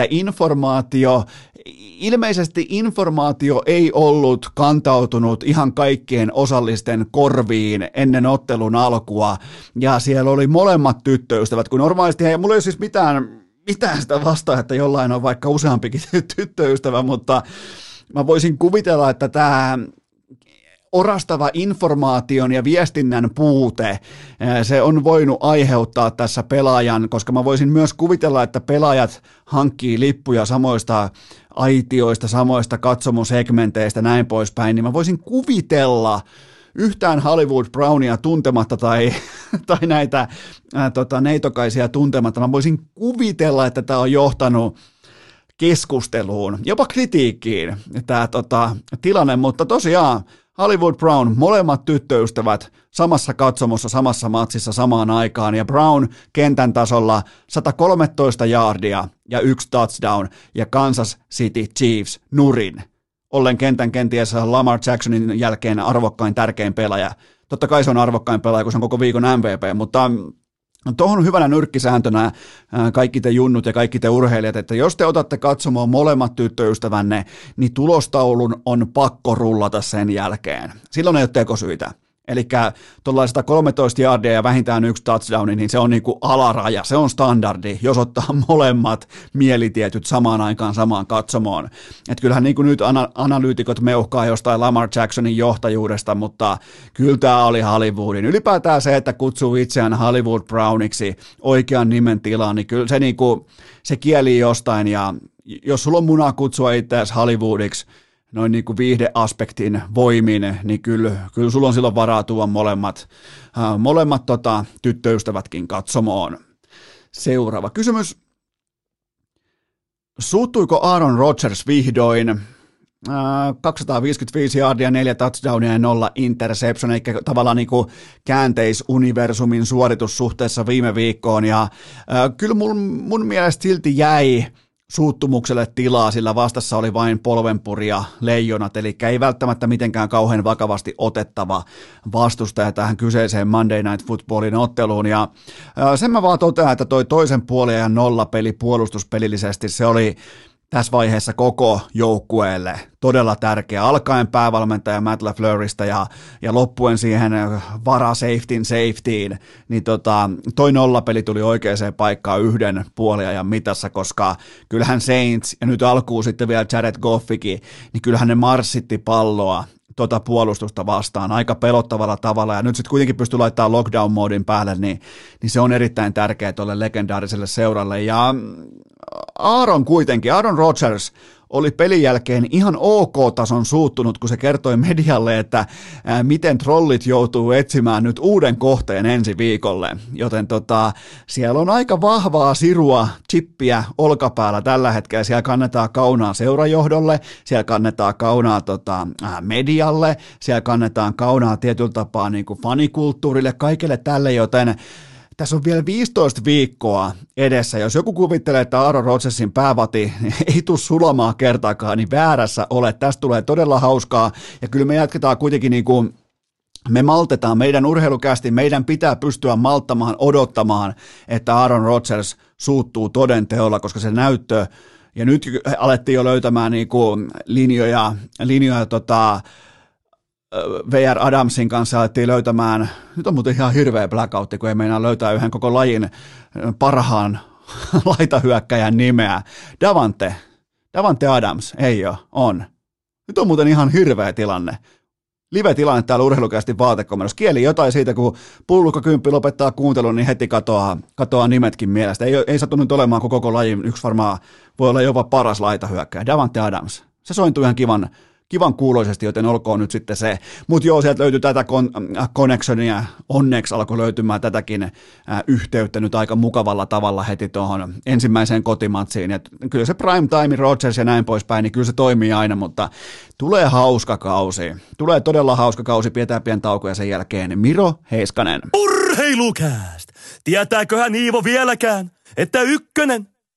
ilmeisesti informaatio ei ollut kantautunut ihan kaikkien osallisten korviin ennen ottelun alkua, ja siellä oli molemmat tyttöystävät, kun normaalisti mulla ei ole siis mitään sitä vastaa, että jollain on vaikka useampikin tyttöystävä, mutta mä voisin kuvitella, että tämä orastava informaation ja viestinnän puute, se on voinut aiheuttaa tässä pelaajan, koska mä voisin myös kuvitella, että pelaajat hankkii lippuja samoista aitioista, samoista katsomusegmenteistä, näin poispäin, niin mä voisin kuvitella yhtään Hollywood Brownia tuntematta tai näitä neitokaisia tuntematta, mä voisin kuvitella, että tämä on johtanut keskusteluun, jopa kritiikkiin tämä tilanne, mutta tosiaan Hollywood Brown, molemmat tyttöystävät samassa katsomossa, samassa matsissa samaan aikaan, ja Brown kentän tasolla 113 yardia ja 1 touchdown, ja Kansas City Chiefs nurin, ollen kentän kenties Lamar Jacksonin jälkeen arvokkain tärkein pelaaja. Totta kai se on arvokkain pelaaja, kun se on koko viikon MVP, mutta tuohon hyvänä nyrkkisääntönä kaikki te junnut ja kaikki te urheilijat, että jos te otatte katsomaan molemmat tyttöystävänne, niin tulostaulun on pakko rullata sen jälkeen. Silloin ei ole tekosyitä. Eli tuollaista 13 yardia ja vähintään 1 touchdown, niin se on niinku alaraja, se on standardi, jos ottaa molemmat mielitietyt samaan aikaan samaan katsomoon. Että kyllähän niinku nyt analyytikot meuhkaa jostain Lamar Jacksonin johtajuudesta, mutta kyllä tämä oli Hollywoodin. Ylipäätään se, että kutsuu itseään Hollywood Browniksi oikean nimen tilaan, niin kyllä se, niinku, se kieli jostain, ja jos sulla on munaa kutsua itseäsi Hollywoodiksi, noin niin kuin viihdeaspektin voimin, niin kyllä sulla on silloin varaa tuoda molemmat tyttöystävätkin katsomoon. Seuraava kysymys. Suuttuiko Aaron Rodgers vihdoin? 255 yardia, 4 touchdownia ja 0 interception, eli tavallaan niin kuin käänteisuniversumin suoritus suhteessa viime viikkoon, ja kyllä mun mielestä silti jäi suuttumukselle tilaa, sillä vastassa oli vain polvenpuria leijonat, eli ei välttämättä mitenkään kauhean vakavasti otettava vastustaja tähän kyseiseen Monday Night Footballin otteluun, ja sen mä vaan totean, että toi toisen puoliajan nollapeli puolustuspelillisesti, se oli tässä vaiheessa koko joukkueelle todella tärkeä, alkaen päävalmentaja Matt LaFleurista ja loppuen siihen safetyin, niin toi nollapeli tuli oikeaan paikkaan yhden puoliajan mitassa, koska kyllähän Saints ja nyt alkuun sitten vielä Jared Goffikin, niin kyllähän ne marssitti palloa puolustusta vastaan aika pelottavalla tavalla, ja nyt sitten kuitenkin pystyy laittamaan lockdown-moodin päälle, niin se on erittäin tärkeää tuolle legendaariselle seuralle, ja Aaron Rodgers oli pelin jälkeen ihan OK-tason suuttunut, kun se kertoi medialle, että miten trollit joutuu etsimään nyt uuden kohteen ensi viikolle, joten siellä on aika vahvaa sirua, chippiä olkapäällä tällä hetkellä, siellä kannetaan kaunaa seurajohdolle, siellä kannetaan kaunaa medialle, siellä kannetaan kaunaa tietyllä tapaa niin kuin fanikulttuurille, kaikille tälle, joten tässä on vielä 15 viikkoa edessä. Jos joku kuvittelee, että Aaron Rodgersin päävati ei tule sulamaan kertaakaan, niin väärässä olet. Tästä tulee todella hauskaa, ja kyllä me jatketaan kuitenkin niin kuin me maltetaan meidän urheilukästi, meidän pitää pystyä malttamaan, odottamaan, että Aaron Rodgers suuttuu toden teolla, koska se näyttö, ja nyt alettiin jo löytämään niin kuin linjoja VR Adamsin kanssa alettiin löytämään, nyt on muuten ihan hirveä blackoutti, kun ei meinaa löytää yhden koko lajin parhaan laitahyökkäjän nimeä. Davante Adams, ei ole, on. Nyt on muuten ihan hirveä tilanne. Live-tilanne täällä urheilukästi vaatekomennossa. Kieli jotain siitä, kun Pullukka Kymppi lopettaa kuuntelun, niin heti katoaa nimetkin mielestä. Ei sattu nyt olemaan koko lajin, yksi varmaan voi olla jopa paras laitahyökkäjä. Davante Adams, se sointuu ihan kivan kuuloisesti, joten olkoon nyt sitten se. Mutta joo, sieltä löytyy tätä connectionia, onneksi alkoi löytymään tätäkin yhteyttä nyt aika mukavalla tavalla heti tuohon ensimmäiseen kotimatsiin. Ja kyllä se prime time, Rodgers ja näin poispäin, niin kyllä se toimii aina, mutta tulee hauska kausi. Tulee todella hauska kausi, pidetään pieni tauko ja sen jälkeen Miro Heiskanen. Urheilukääst! Tietääköhän Iivo vieläkään, että ykkönen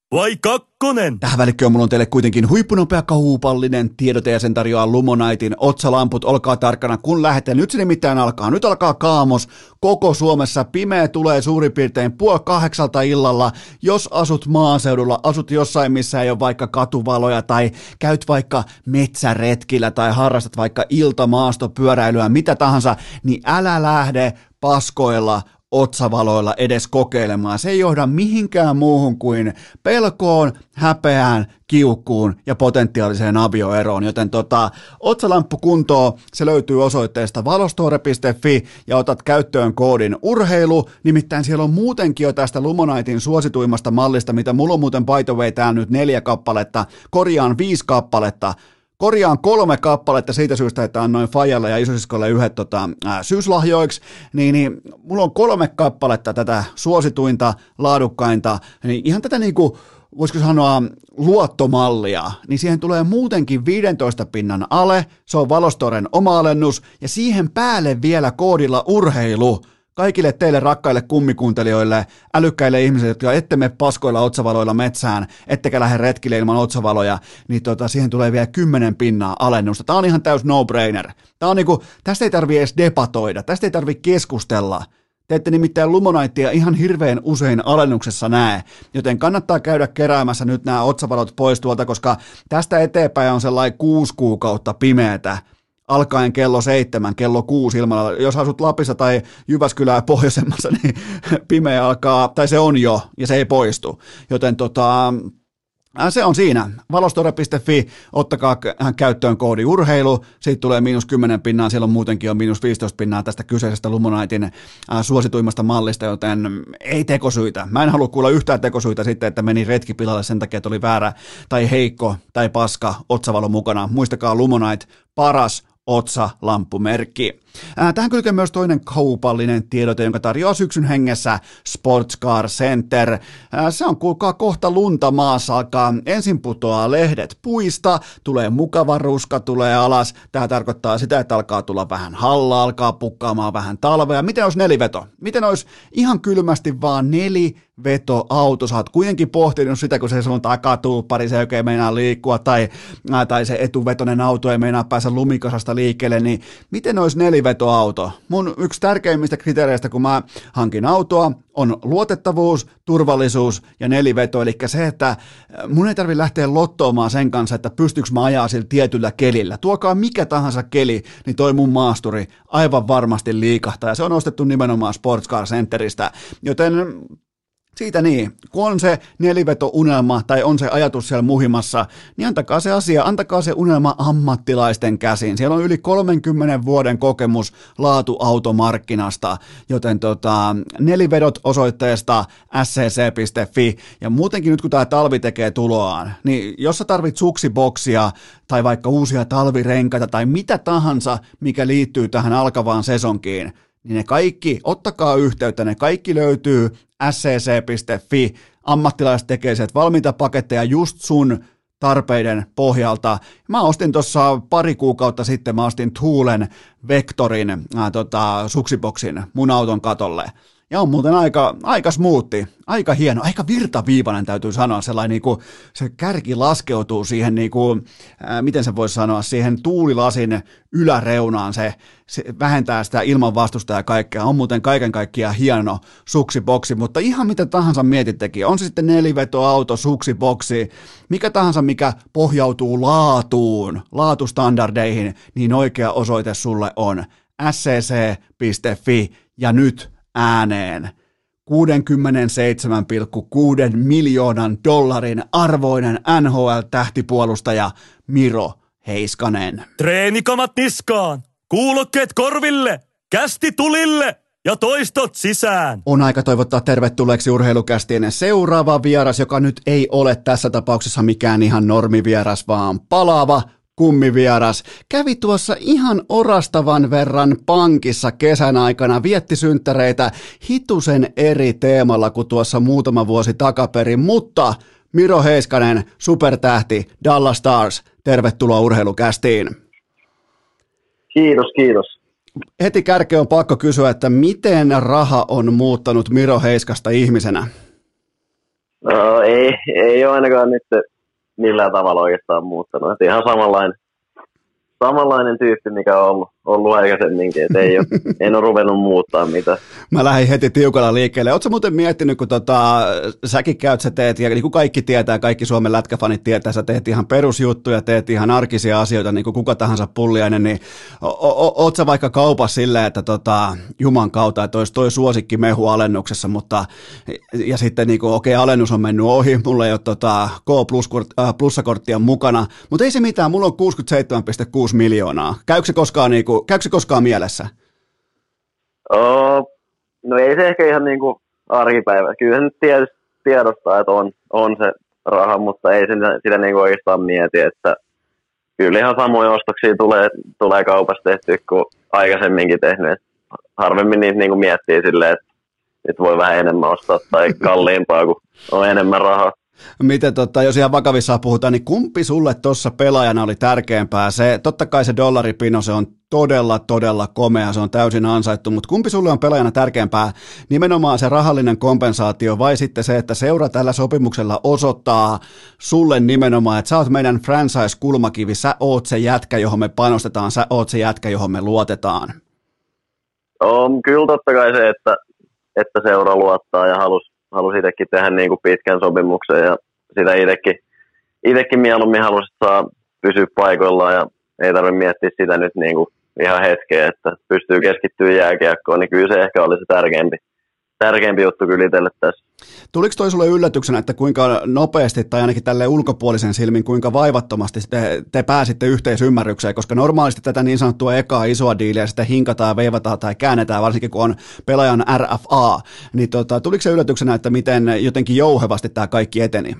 vai 2? Tähän välikköön mulla on teille kuitenkin huippunopea kaupallinen tiedote ja sen tarjoaa Lumonaitin otsalamput. Olkaa tarkkana kun lähdette. Nyt se nimittäin alkaa. Nyt alkaa kaamos koko Suomessa. Pimeä tulee suurin piirtein 7:30 illalla. Jos asut maaseudulla, asut jossain missä ei ole vaikka katuvaloja tai käyt vaikka metsäretkillä tai harrastat vaikka iltamaastopyöräilyä, mitä tahansa, niin älä lähde paskoilla otsavaloilla edes kokeilemaan. Se ei johda mihinkään muuhun kuin pelkoon, häpeään, kiukkuun ja potentiaaliseen avioeroon, joten otsalamppu kuntoon, se löytyy osoitteesta valostore.fi ja otat käyttöön koodin urheilu, nimittäin siellä on muutenkin jo tästä Lumonaitin suosituimmasta mallista, mitä mulla on muuten by the way täällä nyt 4 kappaletta, korjaan 5 kappaletta, korjaan 3 kappaletta siitä syystä, että annoin Fajalle ja isosiskolle yhdet syyslahjoiksi, niin mulla on 3 kappaletta tätä suosituinta, laadukkainta, niin ihan tätä niinku, voisiko sanoa luottomallia, niin siihen tulee muutenkin 15 pinnan ale, se on Valostoren oma alennus, ja siihen päälle vielä koodilla urheilu, kaikille teille rakkaille kummikuuntelijoille, älykkäille ihmisille, jotka ette mene paskoilla otsavaloilla metsään, ettekä lähde retkille ilman otsavaloja, niin siihen tulee vielä 10 pinnaa alennusta. Tämä on ihan täys no-brainer. Tämä on niinku, tästä ei tarvitse edes debatoida, tästä ei tarvitse keskustella. Te ette nimittäin Lumonaitia ihan hirveän usein alennuksessa näe, joten kannattaa käydä keräämässä nyt nämä otsavalot pois tuolta, koska tästä eteenpäin on sellainen 6 kuukautta pimeätä, alkaen kello 7, kello 6 ilmalla. Jos asut Lapissa tai Jyväskylää pohjoisemmassa, niin pimeä alkaa, tai se on jo, ja se ei poistu. Joten se on siinä. Valostore.fi, ottakaa käyttöön koodi urheilu, siitä tulee -10 pinnaa, siellä on muutenkin on -15 pinnaa tästä kyseisestä Lumonaitin suosituimmasta mallista, joten ei tekosyitä. Mä en halua kuulla yhtään tekosyitä sitten, että meni retki pilalle sen takia, että oli väärä tai heikko tai paska otsavalo mukana. Muistakaa Lumonite, paras otsalamppumerkki. Tähän kylkee myös toinen kaupallinen tiedote, jonka tarjoaa syksyn hengessä Sports Car Center. Se on kuulkaa kohta lunta maassa, alkaa ensin putoaa lehdet puista, tulee mukava ruska, tulee alas. Tämä tarkoittaa sitä, että alkaa tulla vähän halla, alkaa pukkaamaan vähän talvea. Miten olisi neliveto? Miten olisi ihan kylmästi vaan nelivetoauto? Sä oot kuitenkin pohtinut sitä, kun se sun takatuuppari, se ei oikein meinaa liikkua, tai se etuvetoinen auto ei meinaa päästä lumikasasta liikkeelle, niin miten olisi nelivetoauto? Mun yksi tärkeimmistä kriteereistä, kun mä hankin autoa, on luotettavuus, turvallisuus ja neliveto, eli se, että mun ei tarvitse lähteä lottoamaan sen kanssa, että pystyykö mä ajaa sillä tietyllä kelillä. Tuokaa mikä tahansa keli, niin toi mun maasturi aivan varmasti liikahtaa, ja se on ostettu nimenomaan Sports Car Centeristä, joten siitä niin, kun on se neliveto-unelma tai on se ajatus siellä muhimassa, niin antakaa se asia, antakaa se unelma ammattilaisten käsiin. Siellä on yli 30 vuoden kokemus laatuautomarkkinasta, joten nelivedot osoitteesta scc.fi. Ja muutenkin nyt kun tämä talvi tekee tuloaan, niin jos sä tarvit suksiboksia tai vaikka uusia talvirenkaita tai mitä tahansa, mikä liittyy tähän alkavaan sesonkiin, niin ne kaikki, ottakaa yhteyttä, ne kaikki löytyy scc.fi. Ammattilaiset tekee sieltä valmiita paketteja just sun tarpeiden pohjalta. Mä ostin tuossa pari kuukautta sitten, mä ostin Thulen Vectorin suksiboksin mun auton katolle. Ja on muuten aika smoothi, aika hieno, aika virtaviivainen täytyy sanoa, sellainen niin kuin se kärki laskeutuu siihen, niin kuin, miten se voisi sanoa, siihen tuulilasin yläreunaan, se vähentää sitä ilmanvastusta ja kaikkea, on muuten kaiken kaikkiaan hieno suksiboksi, mutta ihan mitä tahansa mietittekin, on se sitten nelivetoauto, suksiboksi, mikä tahansa mikä pohjautuu laatustandardeihin, niin oikea osoite sulle on scc.fi ja nyt ääneen 67,6 miljoonan dollarin arvoinen NHL-tähtipuolustaja Miro Heiskanen. Treenikamat niskaan, kuulokkeet korville, kästi tulille ja toistot sisään. On aika toivottaa tervetulleeksi urheilukästien seuraava vieras, joka nyt ei ole tässä tapauksessa mikään ihan normivieras, vaan palaava kummivieras. Kävi tuossa ihan orastavan verran pankissa kesän aikana, vietti synttäreitä hitusen eri teemalla kuin tuossa muutama vuosi takaperin, mutta Miro Heiskanen, supertähti, Dallas Stars, tervetuloa urheilukästiin. Kiitos. Heti kärkeen on pakko kysyä, että miten raha on muuttanut Miro Heiskasta ihmisenä? No, ei ole ainakaan nyt millään tavalla oikeastaan muuttanut. Et ihan samanlainen tyyppi, mikä on ollut aikaisemminkin, että en ole ruvennut muuttaa mitään. Mä lähdin heti tiukalla liikkeelle. Ootko muuten miettinyt, kun säkin käyt, sä teet, ja niin kuin kaikki tietää, kaikki Suomen lätkäfanit tietää, sä teet ihan perusjuttuja, teet ihan arkisia asioita, niin kuin kuka tahansa pulliainen, niin oot sä vaikka kaupassa silleen, että Juman kautta, että olisi toi suosikki mehu alennuksessa, mutta ja sitten niin kuin, okei, alennus on mennyt ohi, mulla ei ole K+-plussakorttia mukana, mutta ei se mitään, mulla on 67,6 miljoonaa. Käykö se koskaan mielessä? No ei se ehkä ihan niinku arkipäivä. Kyllä se nyt tietysti tiedostaa, että on se raha, mutta ei sitä niinku oikeastaan mieti, että kyllä ihan samoja ostoksia tulee kaupasta tehtyä kuin aikaisemminkin tehnyt. Et harvemmin niitä niinku miettii silleen, että nyt voi vähän enemmän ostaa tai kalliimpaa, kun on enemmän rahaa. Miten, jos ihan vakavissaan puhutaan, niin kumpi sulle tuossa pelaajana oli tärkeämpää? Totta kai se dollaripino, se on todella komea, se on täysin ansaittu, mutta kumpi sulle on pelaajana tärkeämpää? Nimenomaan se rahallinen kompensaatio vai sitten se, että seura tällä sopimuksella osoittaa sulle nimenomaan, että sä oot meidän franchise-kulmakivi, sä oot se jätkä, johon me panostetaan, sä oot se jätkä, johon me luotetaan? Kyllä totta kai se, että seura luottaa ja halusi itsekin tehdä niin kuin pitkän sopimuksen ja sitä itsekin mieluummin halusi saa pysyä paikoillaan ja ei tarvitse miettiä sitä nyt niin kuin ihan hetkeä, että pystyy keskittyä jääkiekkoon, niin kyllä se ehkä oli se tärkeämpi juttu kyllä itselle tässä. Tuliko toi sulle yllätyksenä, että kuinka nopeasti tai ainakin tälle ulkopuolisen silmin, kuinka vaivattomasti te pääsitte yhteisymmärrykseen, koska normaalisti tätä niin sanottua ekaa isoa diiliä sitten hinkataan, veivataan tai käännetään, varsinkin kun on pelaajan RFA, niin tuliko se yllätyksenä, että miten jotenkin jouhevasti tämä kaikki eteni?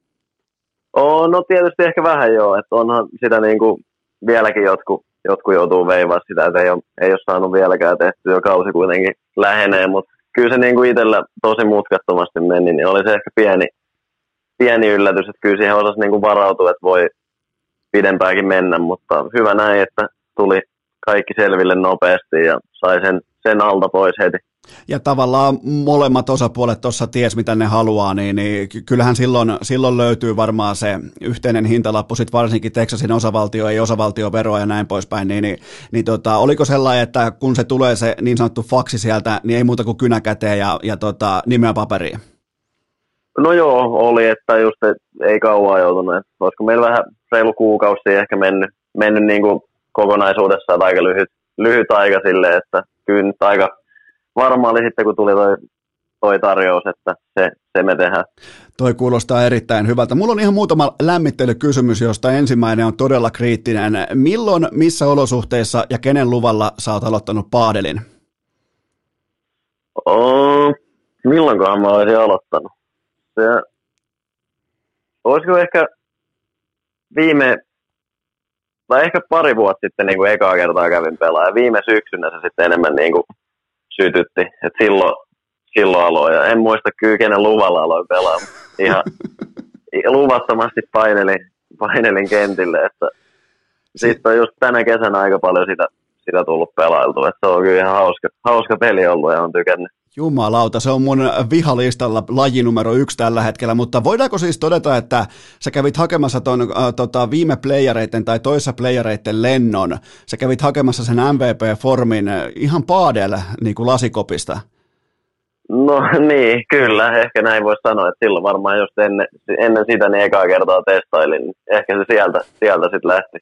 No tietysti ehkä vähän joo, että onhan sitä niin kuin vieläkin jotkut joutuu veivaa sitä, että ei ole saanut vieläkään tehtyä, jo kausi kuitenkin lähenee, mutta kyllä se niin kuin itsellä tosi mutkattomasti meni, niin oli se ehkä pieni yllätys, että kyllä siihen osasi niin kuin varautua, että voi pidempääkin mennä, mutta hyvä näin, että tuli kaikki selville nopeasti ja sai sen alta pois heti. Ja tavallaan molemmat osapuolet tuossa ties, mitä ne haluaa, niin kyllähän silloin löytyy varmaan se yhteinen hintalappu, sit varsinkin Texasin osavaltio, ei osavaltioveroa ja näin poispäin, niin oliko sellainen, että kun se tulee se niin sanottu faksi sieltä, niin ei muuta kuin kynä käteen ja nimeä paperiin? No joo, oli, että just ei kauan joutunut, että olisiko meillä vähän reilu kuukausi ehkä mennyt niin kuin kokonaisuudessaan aika lyhyt aika silleen, että kyllä nyt aika varmaan oli sitten, kun tuli toi tarjous, että se me tehdään. Toi kuulostaa erittäin hyvältä. Mulla on ihan muutama lämmittelykysymys, josta ensimmäinen on todella kriittinen. Milloin, missä olosuhteissa ja kenen luvalla sä oot aloittanut paadelin? Milloinkohan mä olisin aloittanut? Olisiko ehkä tai ehkä pari vuotta sitten niin kuin ekaa kertaa kävin pelaamaan. Viime syksynä se sitten enemmän niin kuin sytytti, että silloin aloin. Ja en muista kyllä, kenen luvalla aloin pelaa. Ihan luvattomasti painelin kentille. Että sitten on just tänä kesänä aika paljon sitä tullut pelailtua. Että se on kyllä ihan hauska peli ollut ja on tykännyt. Jumalauta, se on mun vihalistalla laji numero 1 tällä hetkellä, mutta voidaanko siis todeta, että sä kävit hakemassa ton viime playereiden tai toissa playereiden lennon, sä kävit hakemassa sen MVP-formin ihan paadel niin kuin lasikopista? No niin, kyllä, ehkä näin voisi sanoa, että silloin varmaan just ennen sitä niin ekaa kertaa testailin, niin ehkä se sieltä sitten lähti.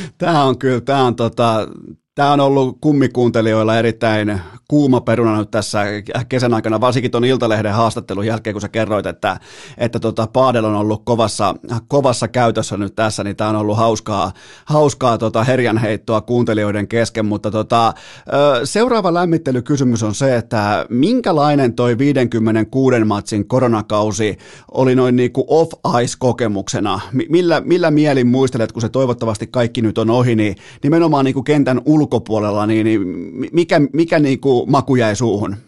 Tämä on ollut kummikuuntelijoilla erittäin kuuma peruna nyt tässä kesän aikana, varsinkin tuon Iltalehden haastattelun jälkeen, kun sä kerroit, että paadel on ollut kovassa käytössä nyt tässä, niin tämä on ollut hauskaa herjanheittoa kuuntelijoiden kesken, mutta seuraava lämmittelykysymys on se, että minkälainen toi 56 matsin koronakausi oli noin niin kuin off-ice-kokemuksena? Millä mielin muistelet, kun se toivottavasti kaikki nyt on ohi, niin nimenomaan niin kuin kentän ulkopuolella, niin mikä niin kuin maku jäi suuhun?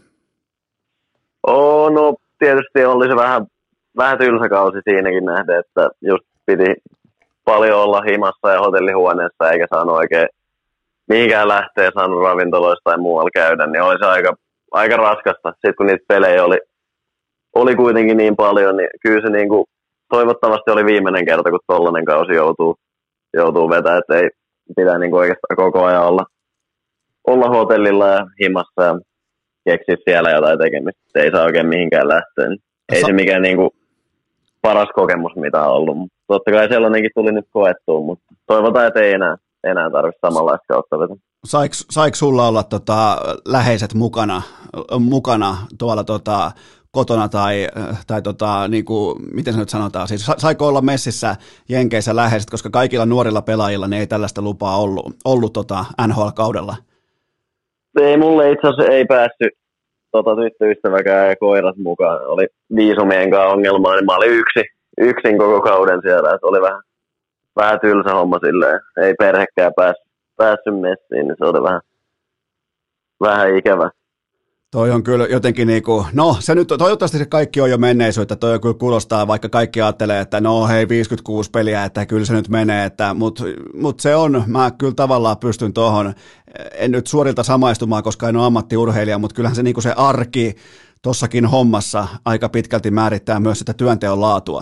No tietysti oli se vähän tylsä kausi siinäkin nähdä, että just piti paljon olla himassa ja hotellihuoneessa eikä saanut oikein mihinkään lähteä, saanut ravintoloista tai muualla käydä, niin oli se aika raskasta. Sitten kun niitä pelejä oli kuitenkin niin paljon, niin kyllä se niin kuin, toivottavasti oli viimeinen kerta, kun tollainen kausi joutuu vetämään, että ei pitää niin kuin oikeastaan koko ajan olla hotellilla ja himassa ja keksiä siellä jotain tekemistä. Ei saa oikein mihinkään lähteä. Ei se mikään niin kuin paras kokemus, mitä on ollut. Totta kai sellainenkin tuli nyt koettua, mutta toivotaan, että ei enää tarvitse samanlaista kautta vetää. Saiko sulla olla läheiset mukana tuolla kotona tai niin kuin, miten se nyt sanotaan, siis saiko olla messissä Jenkeissä läheiset, koska kaikilla nuorilla pelaajilla niin ei tällaista lupaa ollut NHL-kaudella? Ei, mulle itse asiassa ei päässyt tyttöystäväkään ja koirat mukaan. Oli viisumien kanssa ongelmaa, niin mä olin yksin koko kauden siellä. Se oli vähän tylsä homma silleen. Ei perhekään päässyt messiin, niin se oli vähän ikävä. Toi on kyllä jotenkin niinku, no se nyt, toivottavasti se kaikki on jo menneisyyttä, toi on kyllä kuulostaa, vaikka kaikki ajattelee, että no hei 56 peliä, että kyllä se nyt menee, että, mut se on, mä kyllä tavallaan pystyn tuohon, en nyt suorilta samaistumaan, koska en ole ammattiurheilija, mutta kyllähän se niinku se arki tossakin hommassa aika pitkälti määrittää myös sitä työnteon laatua.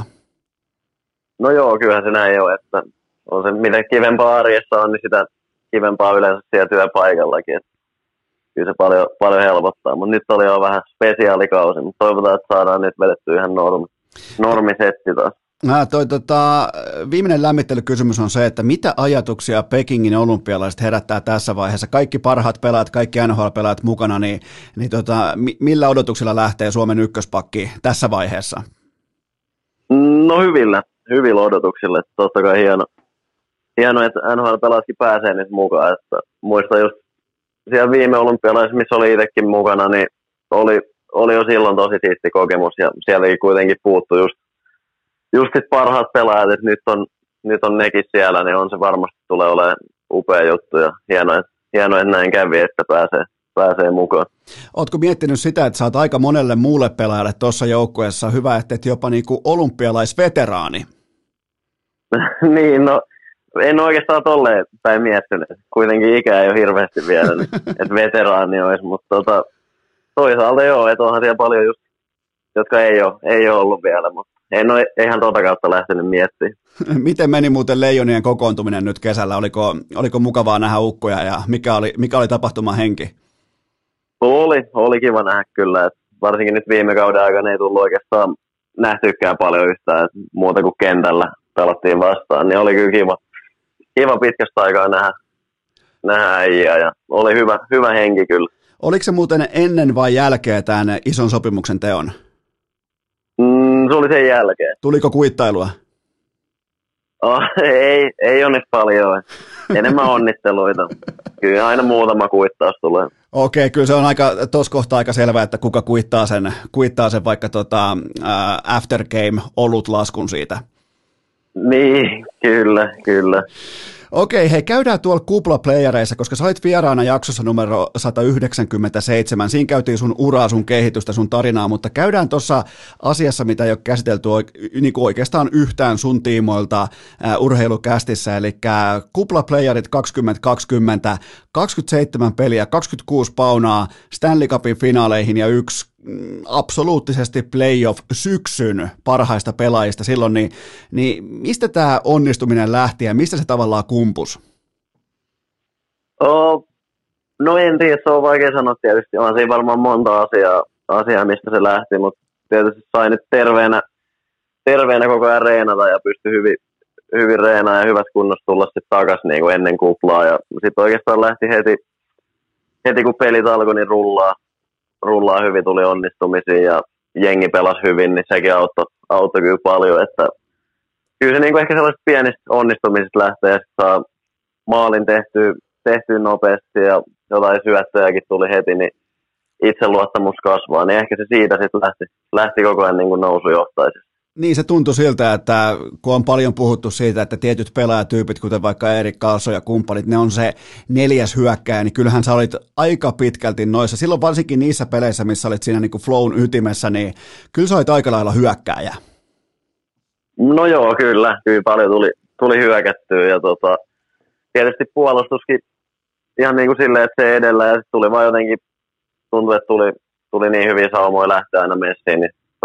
No joo, kyllähän se näin on, että on se mitä kivempaa arjessa on, niin sitä kivempaa yleensä siellä työpaikallakin, kyllä se paljon helpottaa, mutta nyt oli jo vähän spesiaalikausi, mutta toivotaan, että saadaan nyt vedettyä ihan normisetti taas. Viimeinen lämmittelykysymys on se, että mitä ajatuksia Pekingin olympialaiset herättää tässä vaiheessa? Kaikki parhaat pelaajat, kaikki NHL-pelaajat mukana, niin millä odotuksilla lähtee Suomen ykköspakki tässä vaiheessa? No hyvillä odotuksilla. Että totta kai hieno, että NHL-pelaajatkin pääsee nyt mukaan. Että muistan just siellä viime olympialaisissa, missä oli itsekin mukana, niin oli jo silloin tosi siisti kokemus ja sielläkin kuitenkin puuttui just sit parhaat pelaajat, että nyt on nekin siellä, niin on se varmasti tulee olemaan upea juttu ja hienoa, että näin kävi, että pääsee mukaan. Ootko miettinyt sitä, että sä oot aika monelle muulle pelaajalle tuossa joukkueessa hyvä, että et jopa niinku olympialaisveteraani? Niin, no en oikeastaan tolleen päin miettinyt. Kuitenkin ikää ei ole hirveästi vielä, niin, että veteraani olisi, mutta toisaalta joo, että onhan siellä paljon just, jotka ei ole ollut vielä, mutta en ole ihan kautta lähtenyt miettimään. Miten meni muuten Leijonien kokoontuminen nyt kesällä? Oliko mukavaa nähdä ukkoja ja mikä oli tapahtuman henki? Oli kiva nähdä kyllä, että varsinkin nyt viime kauden aikana ei tullut oikeastaan nähtykään paljon yhtään, muuta kuin kentällä pelattiin vastaan, niin oli kyllä kiva pitkästä aikaa nähdä äijää ja oli hyvä henki kyllä. Oliko se muuten ennen vai jälkeen tämän ison sopimuksen teon? Se oli sen jälkeen. Tuliko kuittailua? Ei onneksi paljon. Enemmän onnitteluita. Kyllä aina muutama kuittaus tulee. Okei, kyllä se on tuossa kohtaa aika selvää, että kuka kuittaa sen vaikka aftergame olutlaskun siitä. Niin, kyllä. Okei, hei, käydään tuolla kuplaplayereissa, koska sä olit vieraana jaksossa numero 197. Siinä käytiin sun uraa, sun kehitystä, sun tarinaa, mutta käydään tuossa asiassa, mitä ei ole käsitelty niin kuin oikeastaan yhtään sun tiimoilta urheilukästissä, eli kuplaplayerit 2020, 27 peliä, 26 paunaa Stanley Cupin finaaleihin ja yksi absoluuttisesti playoff-syksyn parhaista pelaajista silloin, niin mistä tämä onnistuminen lähti ja mistä se tavallaan kumpus? No en tiedä, se on vaikea sanoa tietysti. On siinä varmaan monta asiaa mistä se lähti, mutta tietysti sai nyt terveenä koko ajan reenata ja pystyi hyvin reenaamaan ja hyvässä kunnossa tulla sitten takaisin niin kuin ennen kuplaa. Ja sitten oikeastaan lähti heti kun pelit alkoi, niin rullaa hyvin, tuli onnistumisia ja jengi pelasi hyvin, niin sekin auttoi kyllä paljon. Että kyllä se niin ehkä sellaisista pienistä onnistumisista lähtee ja saa maalin tehtyä nopeasti ja jotain syöttöjäkin tuli heti, niin itseluottamus kasvaa, niin ehkä se siitä sitten lähti koko ajan niin kuin nousujohtaisesti. Niin se tuntui siltä, että kun on paljon puhuttu siitä, että tietyt pelaajatyypit, kuten vaikka Erik Karlsson ja kumppanit, ne on se neljäs hyökkääjä, niin kyllähän sä olit aika pitkälti noissa. Silloin varsinkin niissä peleissä, missä olit siinä niin kuin flown ytimessä, niin kyllä sä olit aika lailla hyökkääjä. No joo, kyllä paljon tuli hyökättyä ja tietysti puolustuskin ihan niin kuin silleen, että se edellä ja sitten tuli vaan jotenkin, tuntui, että tuli niin hyviä saumoja lähteä aina messiin, niin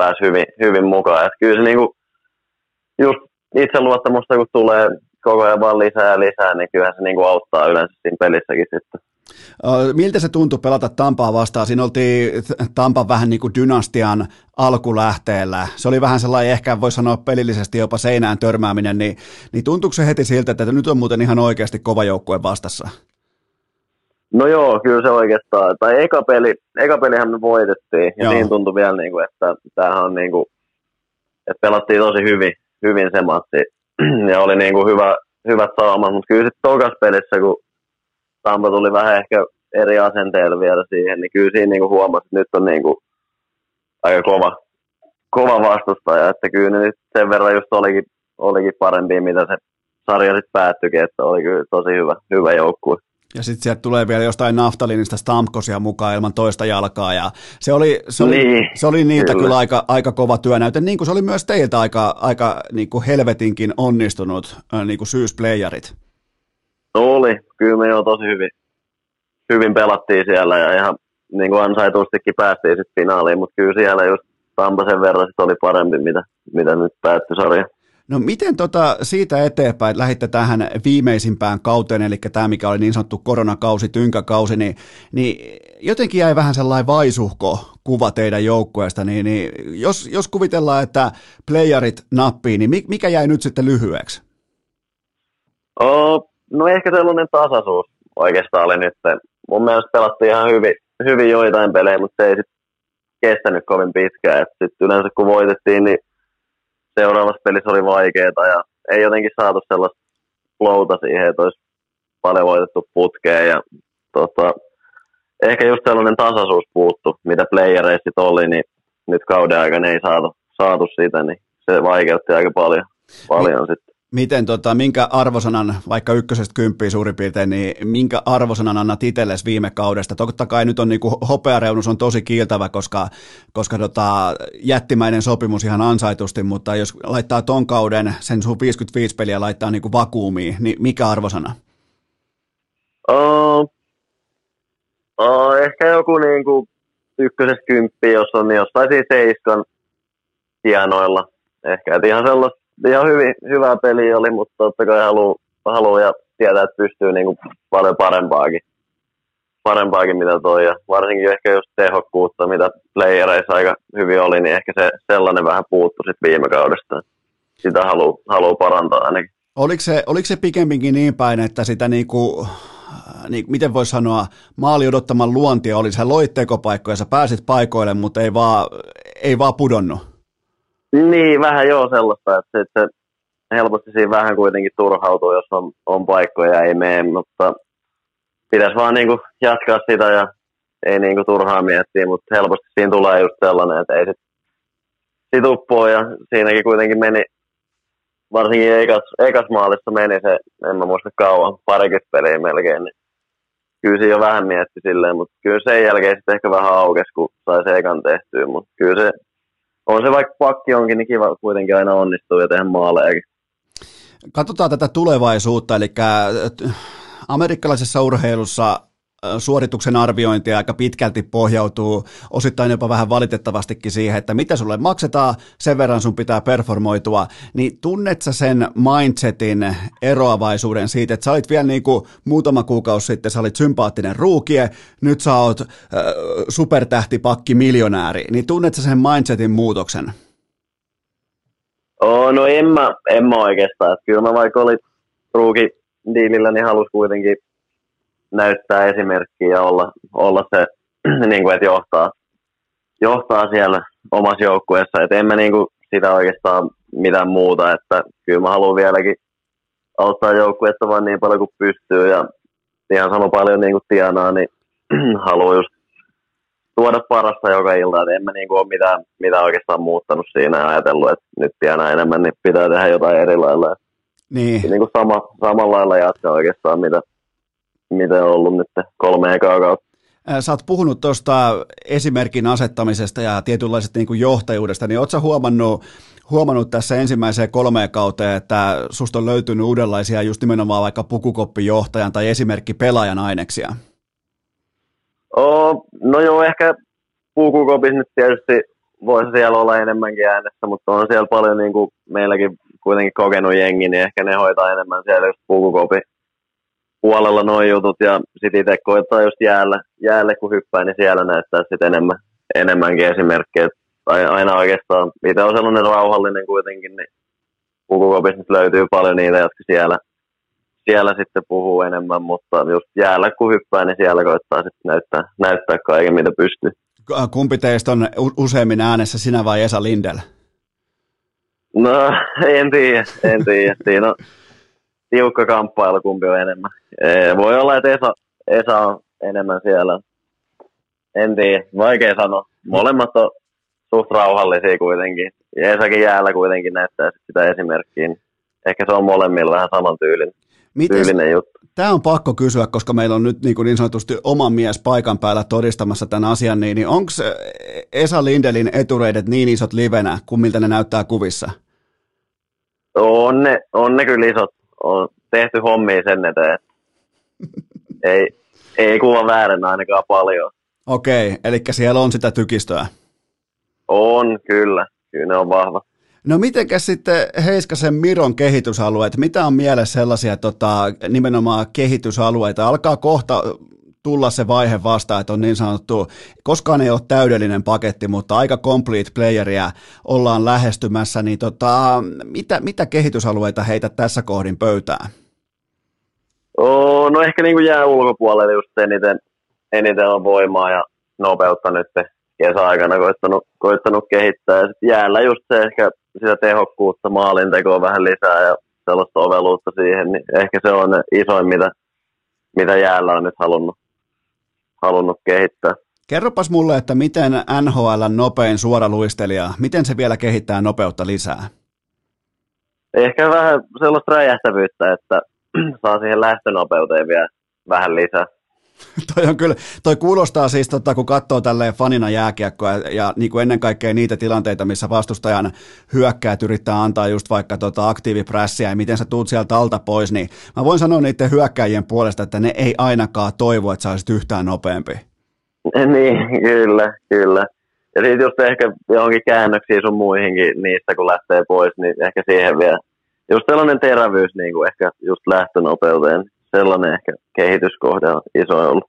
pääsi hyvin mukaan. Et kyllä se niinku, just itseluottamusta kun tulee koko ajan vaan lisää ja lisää, niin kyllähän se niinku auttaa yleensä siinä pelissäkin sitten. Miltä se tuntui pelata Tampaa vastaan? Siinä oltiin Tampan vähän niin kuin dynastian alkulähteellä. Se oli vähän sellainen, ehkä voi sanoa pelillisesti jopa seinään törmääminen, niin tuntuuko se heti siltä, että nyt on muuten ihan oikeasti kova joukkue vastassa? No joo, kyllä se oikeastaan. Tai eka pelihän me voitettiin, ja siinä tuntui vielä, niin kuin, että tämähän on niin kuin, että pelattiin tosi hyvin se matsi, ja oli niin kuin hyvät saumat, mutta kyllä sitten tokas pelissä, kun Tampa tuli vähän ehkä eri asenteella vielä siihen, niin kyllä siinä niin kuin huomasi, että nyt on niin kuin aika kova vastustaja, että kyllä nyt sen verran just olikin parempi, mitä se sarja sitten päättyikin, että oli kyllä tosi hyvä joukkue. Ja sitten sieltä tulee vielä jostain naftalinista Stamkosia mukaan ilman toista jalkaa, ja se oli niiltä kyllä aika kova työnäyte, niin kuin se oli myös teiltä aika niin kuin helvetinkin onnistunut niin kuin syysplayerit. No oli, kyllä me jo tosi hyvin pelattiin siellä, ja ihan niin kuin ansaitustikin päästiin sitten finaaliin, mutta kyllä siellä just Tampa sen verran sit oli parempi, mitä nyt päättyi sarja. No miten siitä eteenpäin lähditte tähän viimeisimpään kauteen, eli tämä mikä oli niin sanottu koronakausi, tynkäkausi, niin jotenkin jäi vähän sellainen vaisuhko kuva teidän joukkueesta, niin jos kuvitellaan, että playerit nappii, niin mikä jäi nyt sitten lyhyeksi? No ehkä sellainen tasaisuus oikeastaan oli nyt. Mun mielestä pelattiin ihan hyvin joitain pelejä, mutta se ei sitten kestänyt kovin pitkään. Sitten yleensä kun voitettiin, niin seuraavassa pelissä oli vaikeaa ja ei jotenkin saatu sellaista flowta siihen, että olisi paljon voitettu putkeen. Ja, ehkä just sellainen tasaisuus puuttu, mitä playereissa oli, niin nyt kauden aikana ei saatu sitä, niin se vaikeutti aika paljon sitten. Miten, minkä arvosanan, vaikka 1-10 suurin piirtein, niin minkä arvosanan annat itsellesi viime kaudesta? Totta kai nyt on niin kuin hopeareunus on tosi kiiltävä, koska jättimäinen sopimus ihan ansaitusti, mutta jos laittaa ton kauden, sen sun 55 peliä laittaa niin kuin vakuumiin, niin mikä arvosana? Ehkä joku niin kuin 1-10, jos on niin jossain siinä 7 hienoilla. Ehkä, että ihan sellaista. Ihan hyvää peliä oli, mutta totta kai haluaa ja tietää, että pystyy niin kuin paljon parempaakin mitä toi. Ja varsinkin ehkä just tehokkuutta, mitä playereissa aika hyvin oli, niin ehkä se sellainen vähän puuttui sit viime kaudesta. Sitä haluaa parantaa ainakin. Oliko se pikemminkin niin päin, että sitä niinku, miten voisi sanoa, maali odottaman luontia oli, sä loit tekopaikkoja, sä pääsit paikoille, mutta ei vaan pudonnut? Niin, vähän joo sellaista, että se helposti siinä vähän kuitenkin turhautuu, jos on paikkoja ja ei mene, mutta pitäisi vaan niinku jatkaa sitä ja ei niinku turhaa miettiä, mutta helposti siinä tulee just sellainen, että ei sit uppoo ja siinäkin kuitenkin meni, varsinkin ekas maalissa meni se, en mä muista kauan, 20 peliä melkein, niin kyllä se jo vähän mietti silleen, mutta kyllä sen jälkeen sitten ehkä vähän aukesi, kun sai se ekan tehtyä, mutta kyllä se on se vaikka pakki onkin, niin kiva kuitenkin aina onnistuu ja tehdä maalejakin. Katsotaan tätä tulevaisuutta, eli amerikkalaisessa urheilussa suorituksen arviointi aika pitkälti pohjautuu osittain jopa vähän valitettavastikin siihen, että mitä sulle maksetaan, sen verran sun pitää performoitua, niin tunnet sä sen mindsetin eroavaisuuden siitä, että sä olit vielä niin kuin muutama kuukausi sitten, sä olit sympaattinen ruukie, nyt sä oot supertähtipakki miljonääri, niin tunnet sä sen mindsetin muutoksen? No en mä oikeastaan, että kyllä mä vaikka olit ruukidiilillä, niin halus kuitenkin näyttää esimerkkiä ja olla se, niin kuin, että johtaa siellä omassa joukkueessa. Et en mä niin kuin, sitä oikeastaan mitään muuta. Että kyllä mä haluan vieläkin auttaa joukkuetta vaan niin paljon kuin pystyy. Ja ihan sama paljon niin kuin tienaa, niin haluan just tuoda parasta joka ilta. Et en mä niin kuin, ole mitään oikeastaan muuttanut siinä ja ajatellut, että nyt tienaa enemmän, niin pitää tehdä jotain eri lailla. Niin. Niin kuin samalla lailla jatkaa oikeastaan, mitä on ollut nyt 3 ekaa kautta. Sä oot puhunut tuosta esimerkin asettamisesta ja tietynlaisesta niin kuin johtajuudesta, niin ootko sä huomannut tässä ensimmäiseen 3 kauteen, että susta on löytynyt uudenlaisia just nimenomaan vaikka pukukoppijohtajan tai esimerkki pelaajan aineksia? No joo, ehkä pukukopissa nyt tietysti voisi siellä olla enemmänkin äänessä, mutta on siellä paljon niin kuin meilläkin kuitenkin kokenut jengi, niin ehkä ne hoitaa enemmän siellä just pukukopin puolella nuo jutut, ja sitten itse koittaa just jäälle kun hyppää, niin siellä näyttää sitten enemmänkin esimerkkejä. Aina oikeastaan, itse on sellainen rauhallinen kuitenkin, niin pukukopissa nyt löytyy paljon niitä, jotka siellä sitten puhuu enemmän, mutta just jäällä kun hyppää, niin siellä koittaa sitten näyttää kaiken, mitä pystyy. Kumpi teistä on useimmin äänessä, sinä vai Esa Lindell? No, en tiedä. Siinä on tiukka kamppailu, kumpi on enemmän. Voi olla, että Esa on enemmän siellä. En tiedä, vaikea sanoa. Molemmat on suht rauhallisia kuitenkin. Ja Esakin jäällä kuitenkin näyttää sitä esimerkkiä. Ehkä se on molemmilla vähän saman tyylinen juttu. Tämä on pakko kysyä, koska meillä on nyt niin sanotusti oma mies paikan päällä todistamassa tämän asian, niin onko Esa Lindellin etureidet niin isot livenä, kuin miltä ne näyttää kuvissa? On ne kyllä isot. On tehty hommia sen eteen. ei kuva vääränä ainakaan paljon. Okei, eli siellä on sitä tykistöä. On, kyllä. Kyllä ne on vahva. No mitenkäs sitten Heiskasen Miron kehitysalueet? Mitä on mielessä sellaisia nimenomaan kehitysalueita? Alkaa kohta tulla se vaihe vastaan, että on niin sanottu, koskaan ei ole täydellinen paketti, mutta aika complete playeria ollaan lähestymässä, niin mitä kehitysalueita heitä tässä kohdin pöytään? No ehkä niin kuin jää ulkopuolelle just eniten on voimaa ja nopeutta nyt kesäaikana koittanut kehittää. Ja sitten jäällä just se ehkä sitä tehokkuutta, maalintekoa vähän lisää ja sellaista oveluutta siihen, niin ehkä se on isoin, mitä jäällä on nyt halunnut kehittää. Kerropas mulle, että miten NHL:n nopein suoraluistelija, miten se vielä kehittää nopeutta lisää? Ehkä vähän sellaista räjähtävyyttä, että saa siihen lähtönopeuteen vielä vähän lisää. Toi kuulostaa siis, kun katsoo tälleen fanina jääkiekkoa ja niin kuin ennen kaikkea niitä tilanteita, missä vastustajan hyökkäät yrittää antaa just vaikka aktiiviprässiä ja miten sä tuut sieltä alta pois, niin mä voin sanoa niiden hyökkäjien puolesta, että ne ei ainakaan toivo, että sä olisit yhtään nopeampi. Niin, kyllä. Ja sitten just ehkä johonkin käännöksiin sun muihinkin niistä, kun lähtee pois, niin ehkä siihen vielä just sellainen terävyys, niin kuin ehkä just lähtönopeuteen. Sellainen ehkä kehityskohde on iso ollut.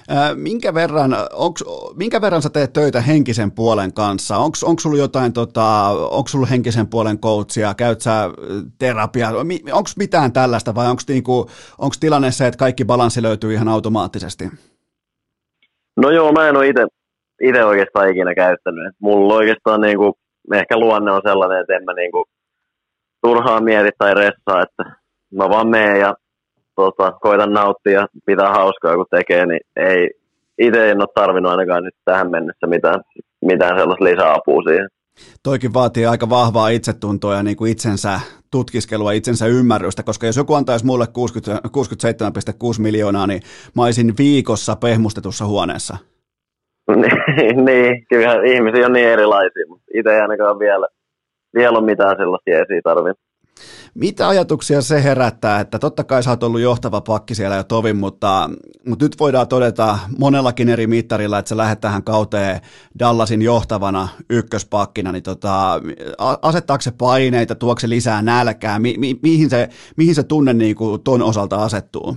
Minkä verran sä teet töitä henkisen puolen kanssa? Onko sulla jotain, onko sulla henkisen puolen coachia, käyt sä terapiaa, onko mitään tällaista vai onko tilanne se, että kaikki balanssi löytyy ihan automaattisesti? No joo, mä en ole itse oikeastaan ikinä käyttänyt. Mulla oikeastaan ehkä luonne on sellainen, että en mä turhaan mieti tai ressaa, että mä vaan menen ja koitan nauttia ja pitää hauskaa kun tekee, niin itse en ole tarvinnut ainakaan nyt tähän mennessä mitään sellaista lisäapua siihen. Toikin vaatii aika vahvaa itsetuntoa ja niin kuin itsensä tutkiskelua, itsensä ymmärrystä, koska jos joku antaisi mulle 67,6 miljoonaa, niin mä olisin viikossa pehmustetussa huoneessa. Niin, kyllähän ihmisiä on niin erilaisia, mutta itse ei ainakaan vielä ole mitään sellaisia esiin tarvinnut. Mitä ajatuksia se herättää, että totta kai sä oot ollut johtava pakki siellä jo tovin, mutta nyt voidaan todeta monellakin eri mittarilla, että sä lähdet tähän kauteen Dallasin johtavana ykköspakkina, niin asettaako se paineita, tuoko se lisää nälkää, mihin se tunne niin kuin ton osalta asettuu?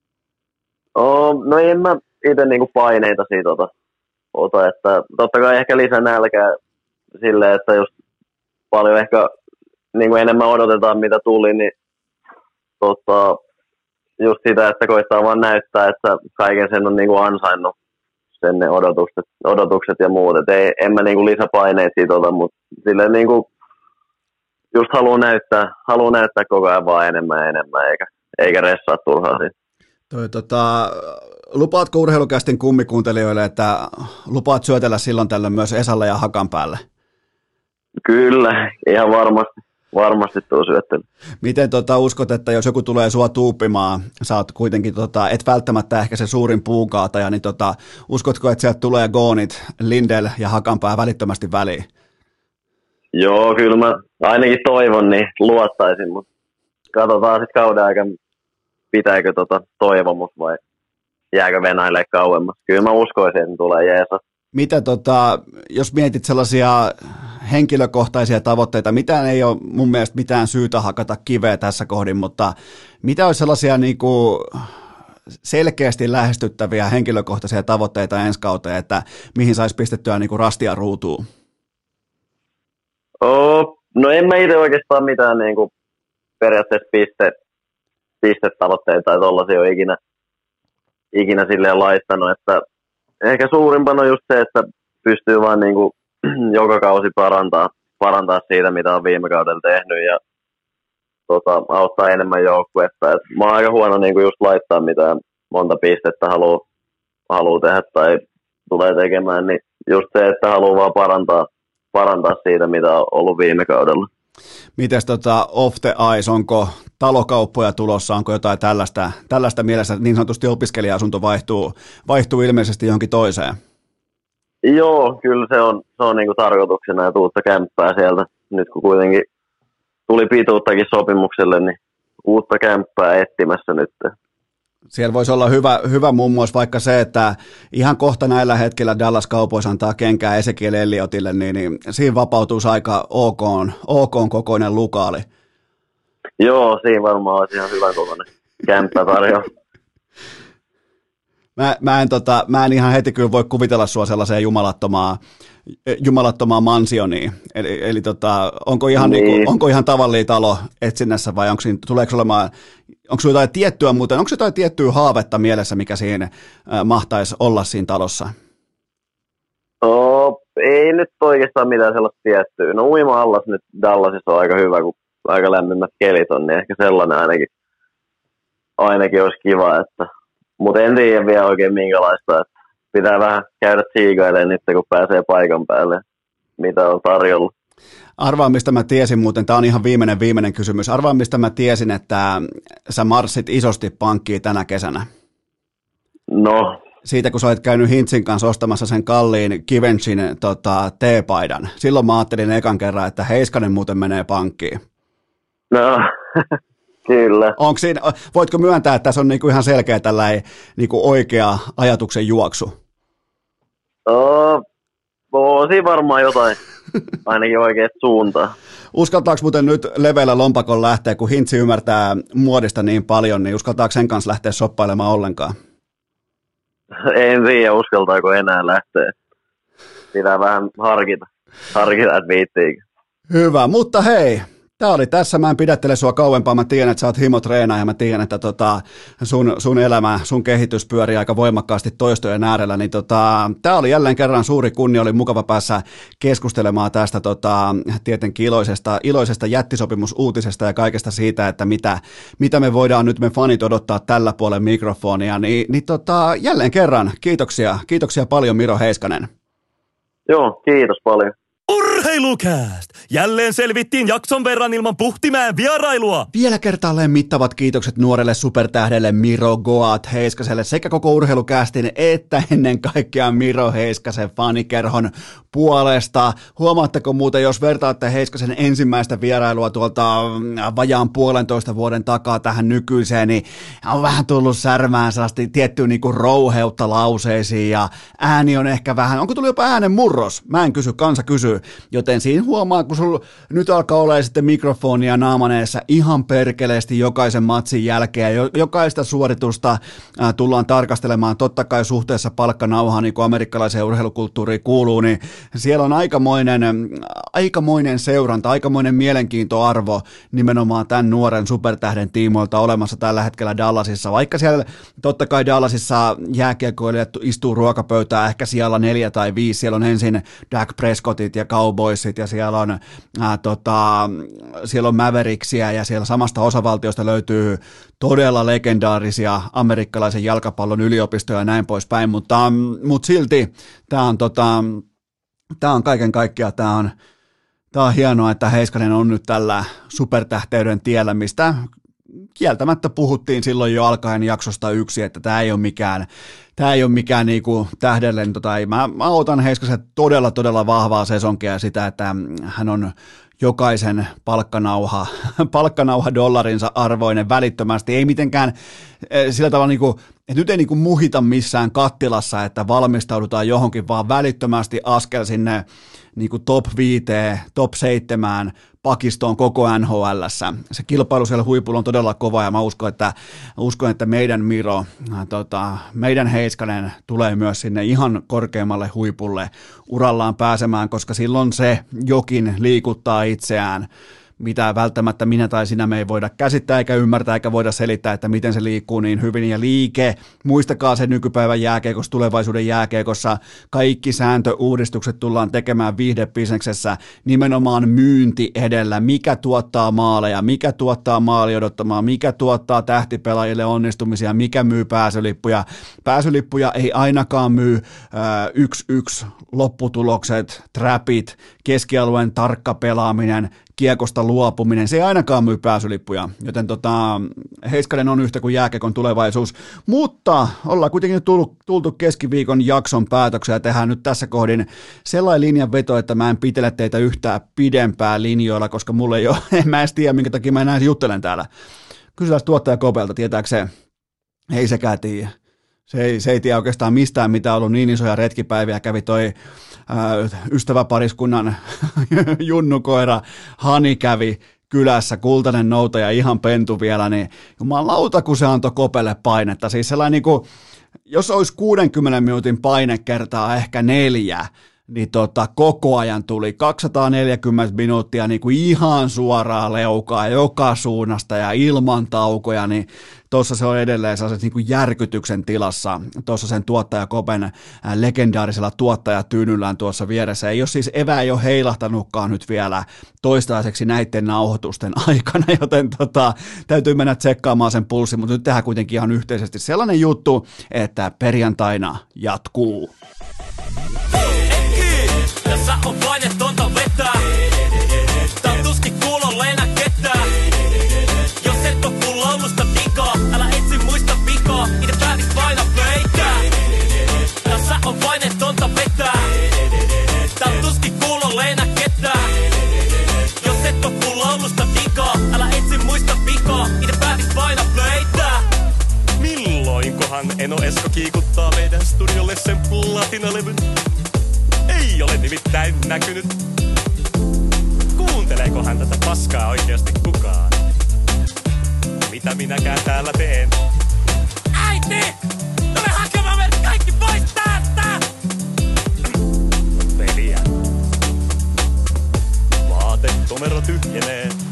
No en mä itse niin kuin paineita siitä ota, että totta kai ehkä lisää nälkää silleen, että just paljon ehkä niin kuin enemmän odotetaan, mitä tuli, niin just sitä, että koittaa vaan näyttää, että kaiken sen on niin kuin ansainnut sen ne odotukset ja muut. Et en mä niin kuin lisäpaineita siitä ota, mutta silleen niin kuin just haluaa näyttää koko ajan vaan enemmän ja enemmän, eikä ressaa turhaan siitä. Lupaatko urheilukästin kummikuuntelijoille, että lupaat syötellä silloin tällöin myös Esalle ja Hakan päälle? Kyllä, ihan varmasti tuo syöttely. Miten uskot, että jos joku tulee sua tuuppimaan, sä oot kuitenkin, et välttämättä ehkä se suurin puukaataja, niin uskotko, että sieltä tulee goonit Lindell ja Hakanpää välittömästi väliin? Joo, kyllä mä ainakin toivon, niin luottaisin, mutta katsotaan sitten kauden aikana, pitääkö toivomus vai jääkö Venäjälle kauemmas. Kyllä mä uskoisin, että tulee jeesa. Mitä jos mietit sellaisia henkilökohtaisia tavoitteita, mitään ei ole mun mielestä mitään syytä hakata kiveä tässä kohdin, mutta mitä olisi sellaisia niin kuin selkeästi lähestyttäviä henkilökohtaisia tavoitteita ensi kauteen, että mihin saisi pistettyä niin kuin rastia ruutuun? No en mä itse oikeastaan mitään niin kuin periaatteessa pistetavoitteita tai tollaisia ole ikinä silleen laittanut, että ehkä suurimpana on just se, että pystyy vaan niin kuin joka kausi parantaa siitä, mitä on viime kaudella tehnyt ja auttaa enemmän joukkuetta. Et mä oon aika huono niin kuin just laittaa mitään monta pistettä haluaa tehdä tai tulee tekemään, niin just se, että haluaa vaan parantaa siitä, mitä on ollut viime kaudella. Mites off the ice, onko talokauppoja tulossa, onko jotain tällaista mielessä, niin sanotusti opiskelija-asunto vaihtuu ilmeisesti johonkin toiseen? Joo, kyllä se on niinku tarkoituksena, että uutta kämppää sieltä, nyt kun kuitenkin tuli pituuttakin sopimukselle, niin uutta kämppää etsimässä nyt. Siellä voisi olla hyvä muun muassa vaikka se, että ihan kohta näillä hetkellä Dallas Cowboys antaa kenkää Ezekiel Elliottille, niin siinä vapautuisi aika OK kokoinen lukaali. Joo, siinä varmaan olisi ihan hyvä kokoinen kämppä tarjolla. Mä en ihan heti kyllä voi kuvitella sua sellaiseen jumalattomaan mansioniin. Eli onko ihan tavallinen talo etsinnässä vai onko jotain tiettyä muuten, onko jotain tiettyä haavetta mielessä, mikä siinä mahtaisi olla siinä talossa? Ei nyt oikeastaan mitään sellaista tiettyä. No uima-allas nyt Dallasissa on aika hyvä, kun aika lämpimät kelit on, niin ehkä sellainen ainakin olisi kiva, mutta en tiedä vielä oikein minkälaista, että pitää vähän käydä tsiigailemaan nyt, kun pääsee paikan päälle, mitä on tarjolla. Arvaa, mistä mä tiesin muuten, tämä on ihan viimeinen kysymys, arvaa, mistä mä tiesin, että sä marssit isosti pankkiin tänä kesänä? No. Siitä, kun sä olet käynyt Hintsin kanssa ostamassa sen kalliin Givenchyn teepaidan. Silloin mä ajattelin ekan kerran, että Heiskanen muuten menee pankkiin. No, kyllä. Voitko myöntää, että tässä on niinku ihan selkeä tällainen niinku oikea ajatuksen juoksu? On siinä varmaan jotain, ainakin oikein suuntaan. Uskaltaako muuten nyt leveällä lompakon lähteä, kun Hintsi ymmärtää muodista niin paljon, niin uskaltaako sen kanssa lähteä shoppailemaan ollenkaan? En tiedä, uskaltaako enää lähteä. Pitää vähän harkita, että viittiinkö. Hyvä, mutta hei, tämä oli tässä. Mä en pidättele sua kauempaa. Mä tiedän, että sä oot himotreenaaja ja mä tiedän, että sun elämä, sun kehitys pyörii aika voimakkaasti toistojen äärellä. Niin tämä oli jälleen kerran suuri kunnia. Oli mukava päässä keskustelemaan tästä tietenkin iloisesta jättisopimusuutisesta ja kaikesta siitä, että mitä me voidaan nyt me fanit odottaa tällä puolen mikrofonia. Jälleen kerran kiitoksia paljon Miro Heiskanen. Joo, kiitos paljon. Urheilukääst! Jälleen selvittiin jakson verran ilman Puhtimäen vierailua. Vielä kertaalleen mittavat kiitokset nuorelle supertähdelle Miro Goat Heiskaselle sekä koko Urheilukäästin että ennen kaikkea Miro Heiskasen fanikerhon puolesta. Huomaatteko muuten, jos vertaatte Heiskasen ensimmäistä vierailua tuolta vajaan 1,5 vuoden takaa tähän nykyiseen, niin on vähän tullut särmään sellaista tiettyä niinku rouheutta lauseisiin ja ääni on ehkä vähän, onko tullut jopa äänen murros? Mä en kysy, kansa kysyy. Joten siinä huomaa, kun sulla nyt alkaa olla sitten mikrofonia naamaneessa ihan perkeleesti jokaisen matsin jälkeen ja jokaista suoritusta tullaan tarkastelemaan totta kai suhteessa palkkanauhaan, niin kuin amerikkalaiseen urheilukulttuuriin kuuluu, niin siellä on aikamoinen seuranta, aikamoinen mielenkiintoarvo nimenomaan tämän nuoren supertähden tiimoilta olemassa tällä hetkellä Dallasissa, vaikka siellä totta kai Dallasissa jääkiekkoilijat istuu ruokapöytään ehkä siellä 4 tai 5, siellä on ensin Dak Prescottit ja Cowboysit ja siellä on Mavericksia ja siellä samasta osavaltiosta löytyy todella legendaarisia amerikkalaisen jalkapallon yliopistoja ja näin poispäin, mutta silti tämä on kaiken kaikkiaan, tämä on hienoa, että Heiskanen on nyt tällä supertähteyden tiellä, mistä kieltämättä puhuttiin silloin jo alkaen jaksosta 1, että tämä ei ole mikään niinku tähdellinen, mä otan Heiskasen todella vahvaa sesonkia sitä, että hän on jokaisen palkkanauha dollarinsa arvoinen välittömästi, ei mitenkään sillä tavalla niinku, nyt ei niinku muhita missään kattilassa, että valmistaudutaan johonkin, vaan välittömästi askel sinne niinku top 5, top 7 pakistoon koko NHL:ssä. Se kilpailu siellä huipulla on todella kova ja mä uskon, että meidän Miro, meidän Heiskanen tulee myös sinne ihan korkeammalle huipulle urallaan pääsemään, koska silloin se jokin liikuttaa itseään, mitä välttämättä minä tai sinä me ei voida käsittää eikä ymmärtää eikä voida selittää, että miten se liikkuu niin hyvin ja liike. Muistakaa se nykypäivän jääkiekossa, tulevaisuuden jääkiekossa. Kaikki sääntöuudistukset tullaan tekemään viihdebisneksessä nimenomaan myynti edellä. Mikä tuottaa maaleja, mikä tuottaa maali odottamaan, mikä tuottaa tähtipelaajille onnistumisia, mikä myy pääsylippuja. Pääsylippuja ei ainakaan myy 1-1 lopputulokset, trapit, keskialueen tarkka pelaaminen, kiekosta luopuminen, se ei ainakaan myy pääsylippuja, joten Heiskanen on yhtä kuin jääkiekon tulevaisuus, mutta ollaan kuitenkin nyt tultu keskiviikon jakson päätökseen ja tehdään nyt tässä kohdin sellainen linjanveto, että mä en pitele teitä yhtään pidempää linjoilla, koska mulle ei ole, mä en tiedä minkä takia mä enää juttelen täällä. Kysytään tuottaja Kopelta, tietääkö se? Ei sekään tiedä. Se ei tiedä oikeastaan mistään, mitä on ollut niin isoja retkipäiviä. Kävi toi ystäväpariskunnan junnukoira Hani kävi kylässä, kultainen noutaja, ihan pentu vielä, niin jumalauta, kun se antoi Kopelle painetta. Siis sellainen niin kuin, jos olisi 60 minuutin paine kertaa ehkä 4, niin koko ajan tuli 240 minuuttia niin kuin ihan suoraa leukaa joka suunnasta ja ilman taukoja, niin tuossa se on edelleen sellaisessa niin kuin järkytyksen tilassa, tuossa sen tuottaja Kopen legendaarisella tuottajatyynyllään tuossa vieressä. Ei ole siis ei ole heilahtanutkaan nyt vielä toistaiseksi näiden nauhoitusten aikana, joten täytyy mennä tsekkaamaan sen pulssi, mutta nyt tehdään kuitenkin ihan yhteisesti sellainen juttu, että perjantaina jatkuu. Tässä on painetonta vetää. Tää on tuskin kuulolla enää ketään. Jos et oo kun laulusta vikaa, älä etsi muista vikaa. Itse päätit paina peitää. Tässä on painetonta vetää. Tää on tuskin kuulolla enää ketään. Jos et oo kun laulusta vikaa, älä etsi muista vikaa. Itse päätit paina peitää. Milloinkohan Eno Esko kiikuttaa meidän studiolle sen platinalevyn? Ei ole nimittäin näkynyt. Kuunteleekohan tätä paskaa oikeasti kukaan? Mitä minäkään täällä teen? Äiti! Tule hakemaan meidät kaikki pois täältä! Peliä. Vaatetomero tyhjenee.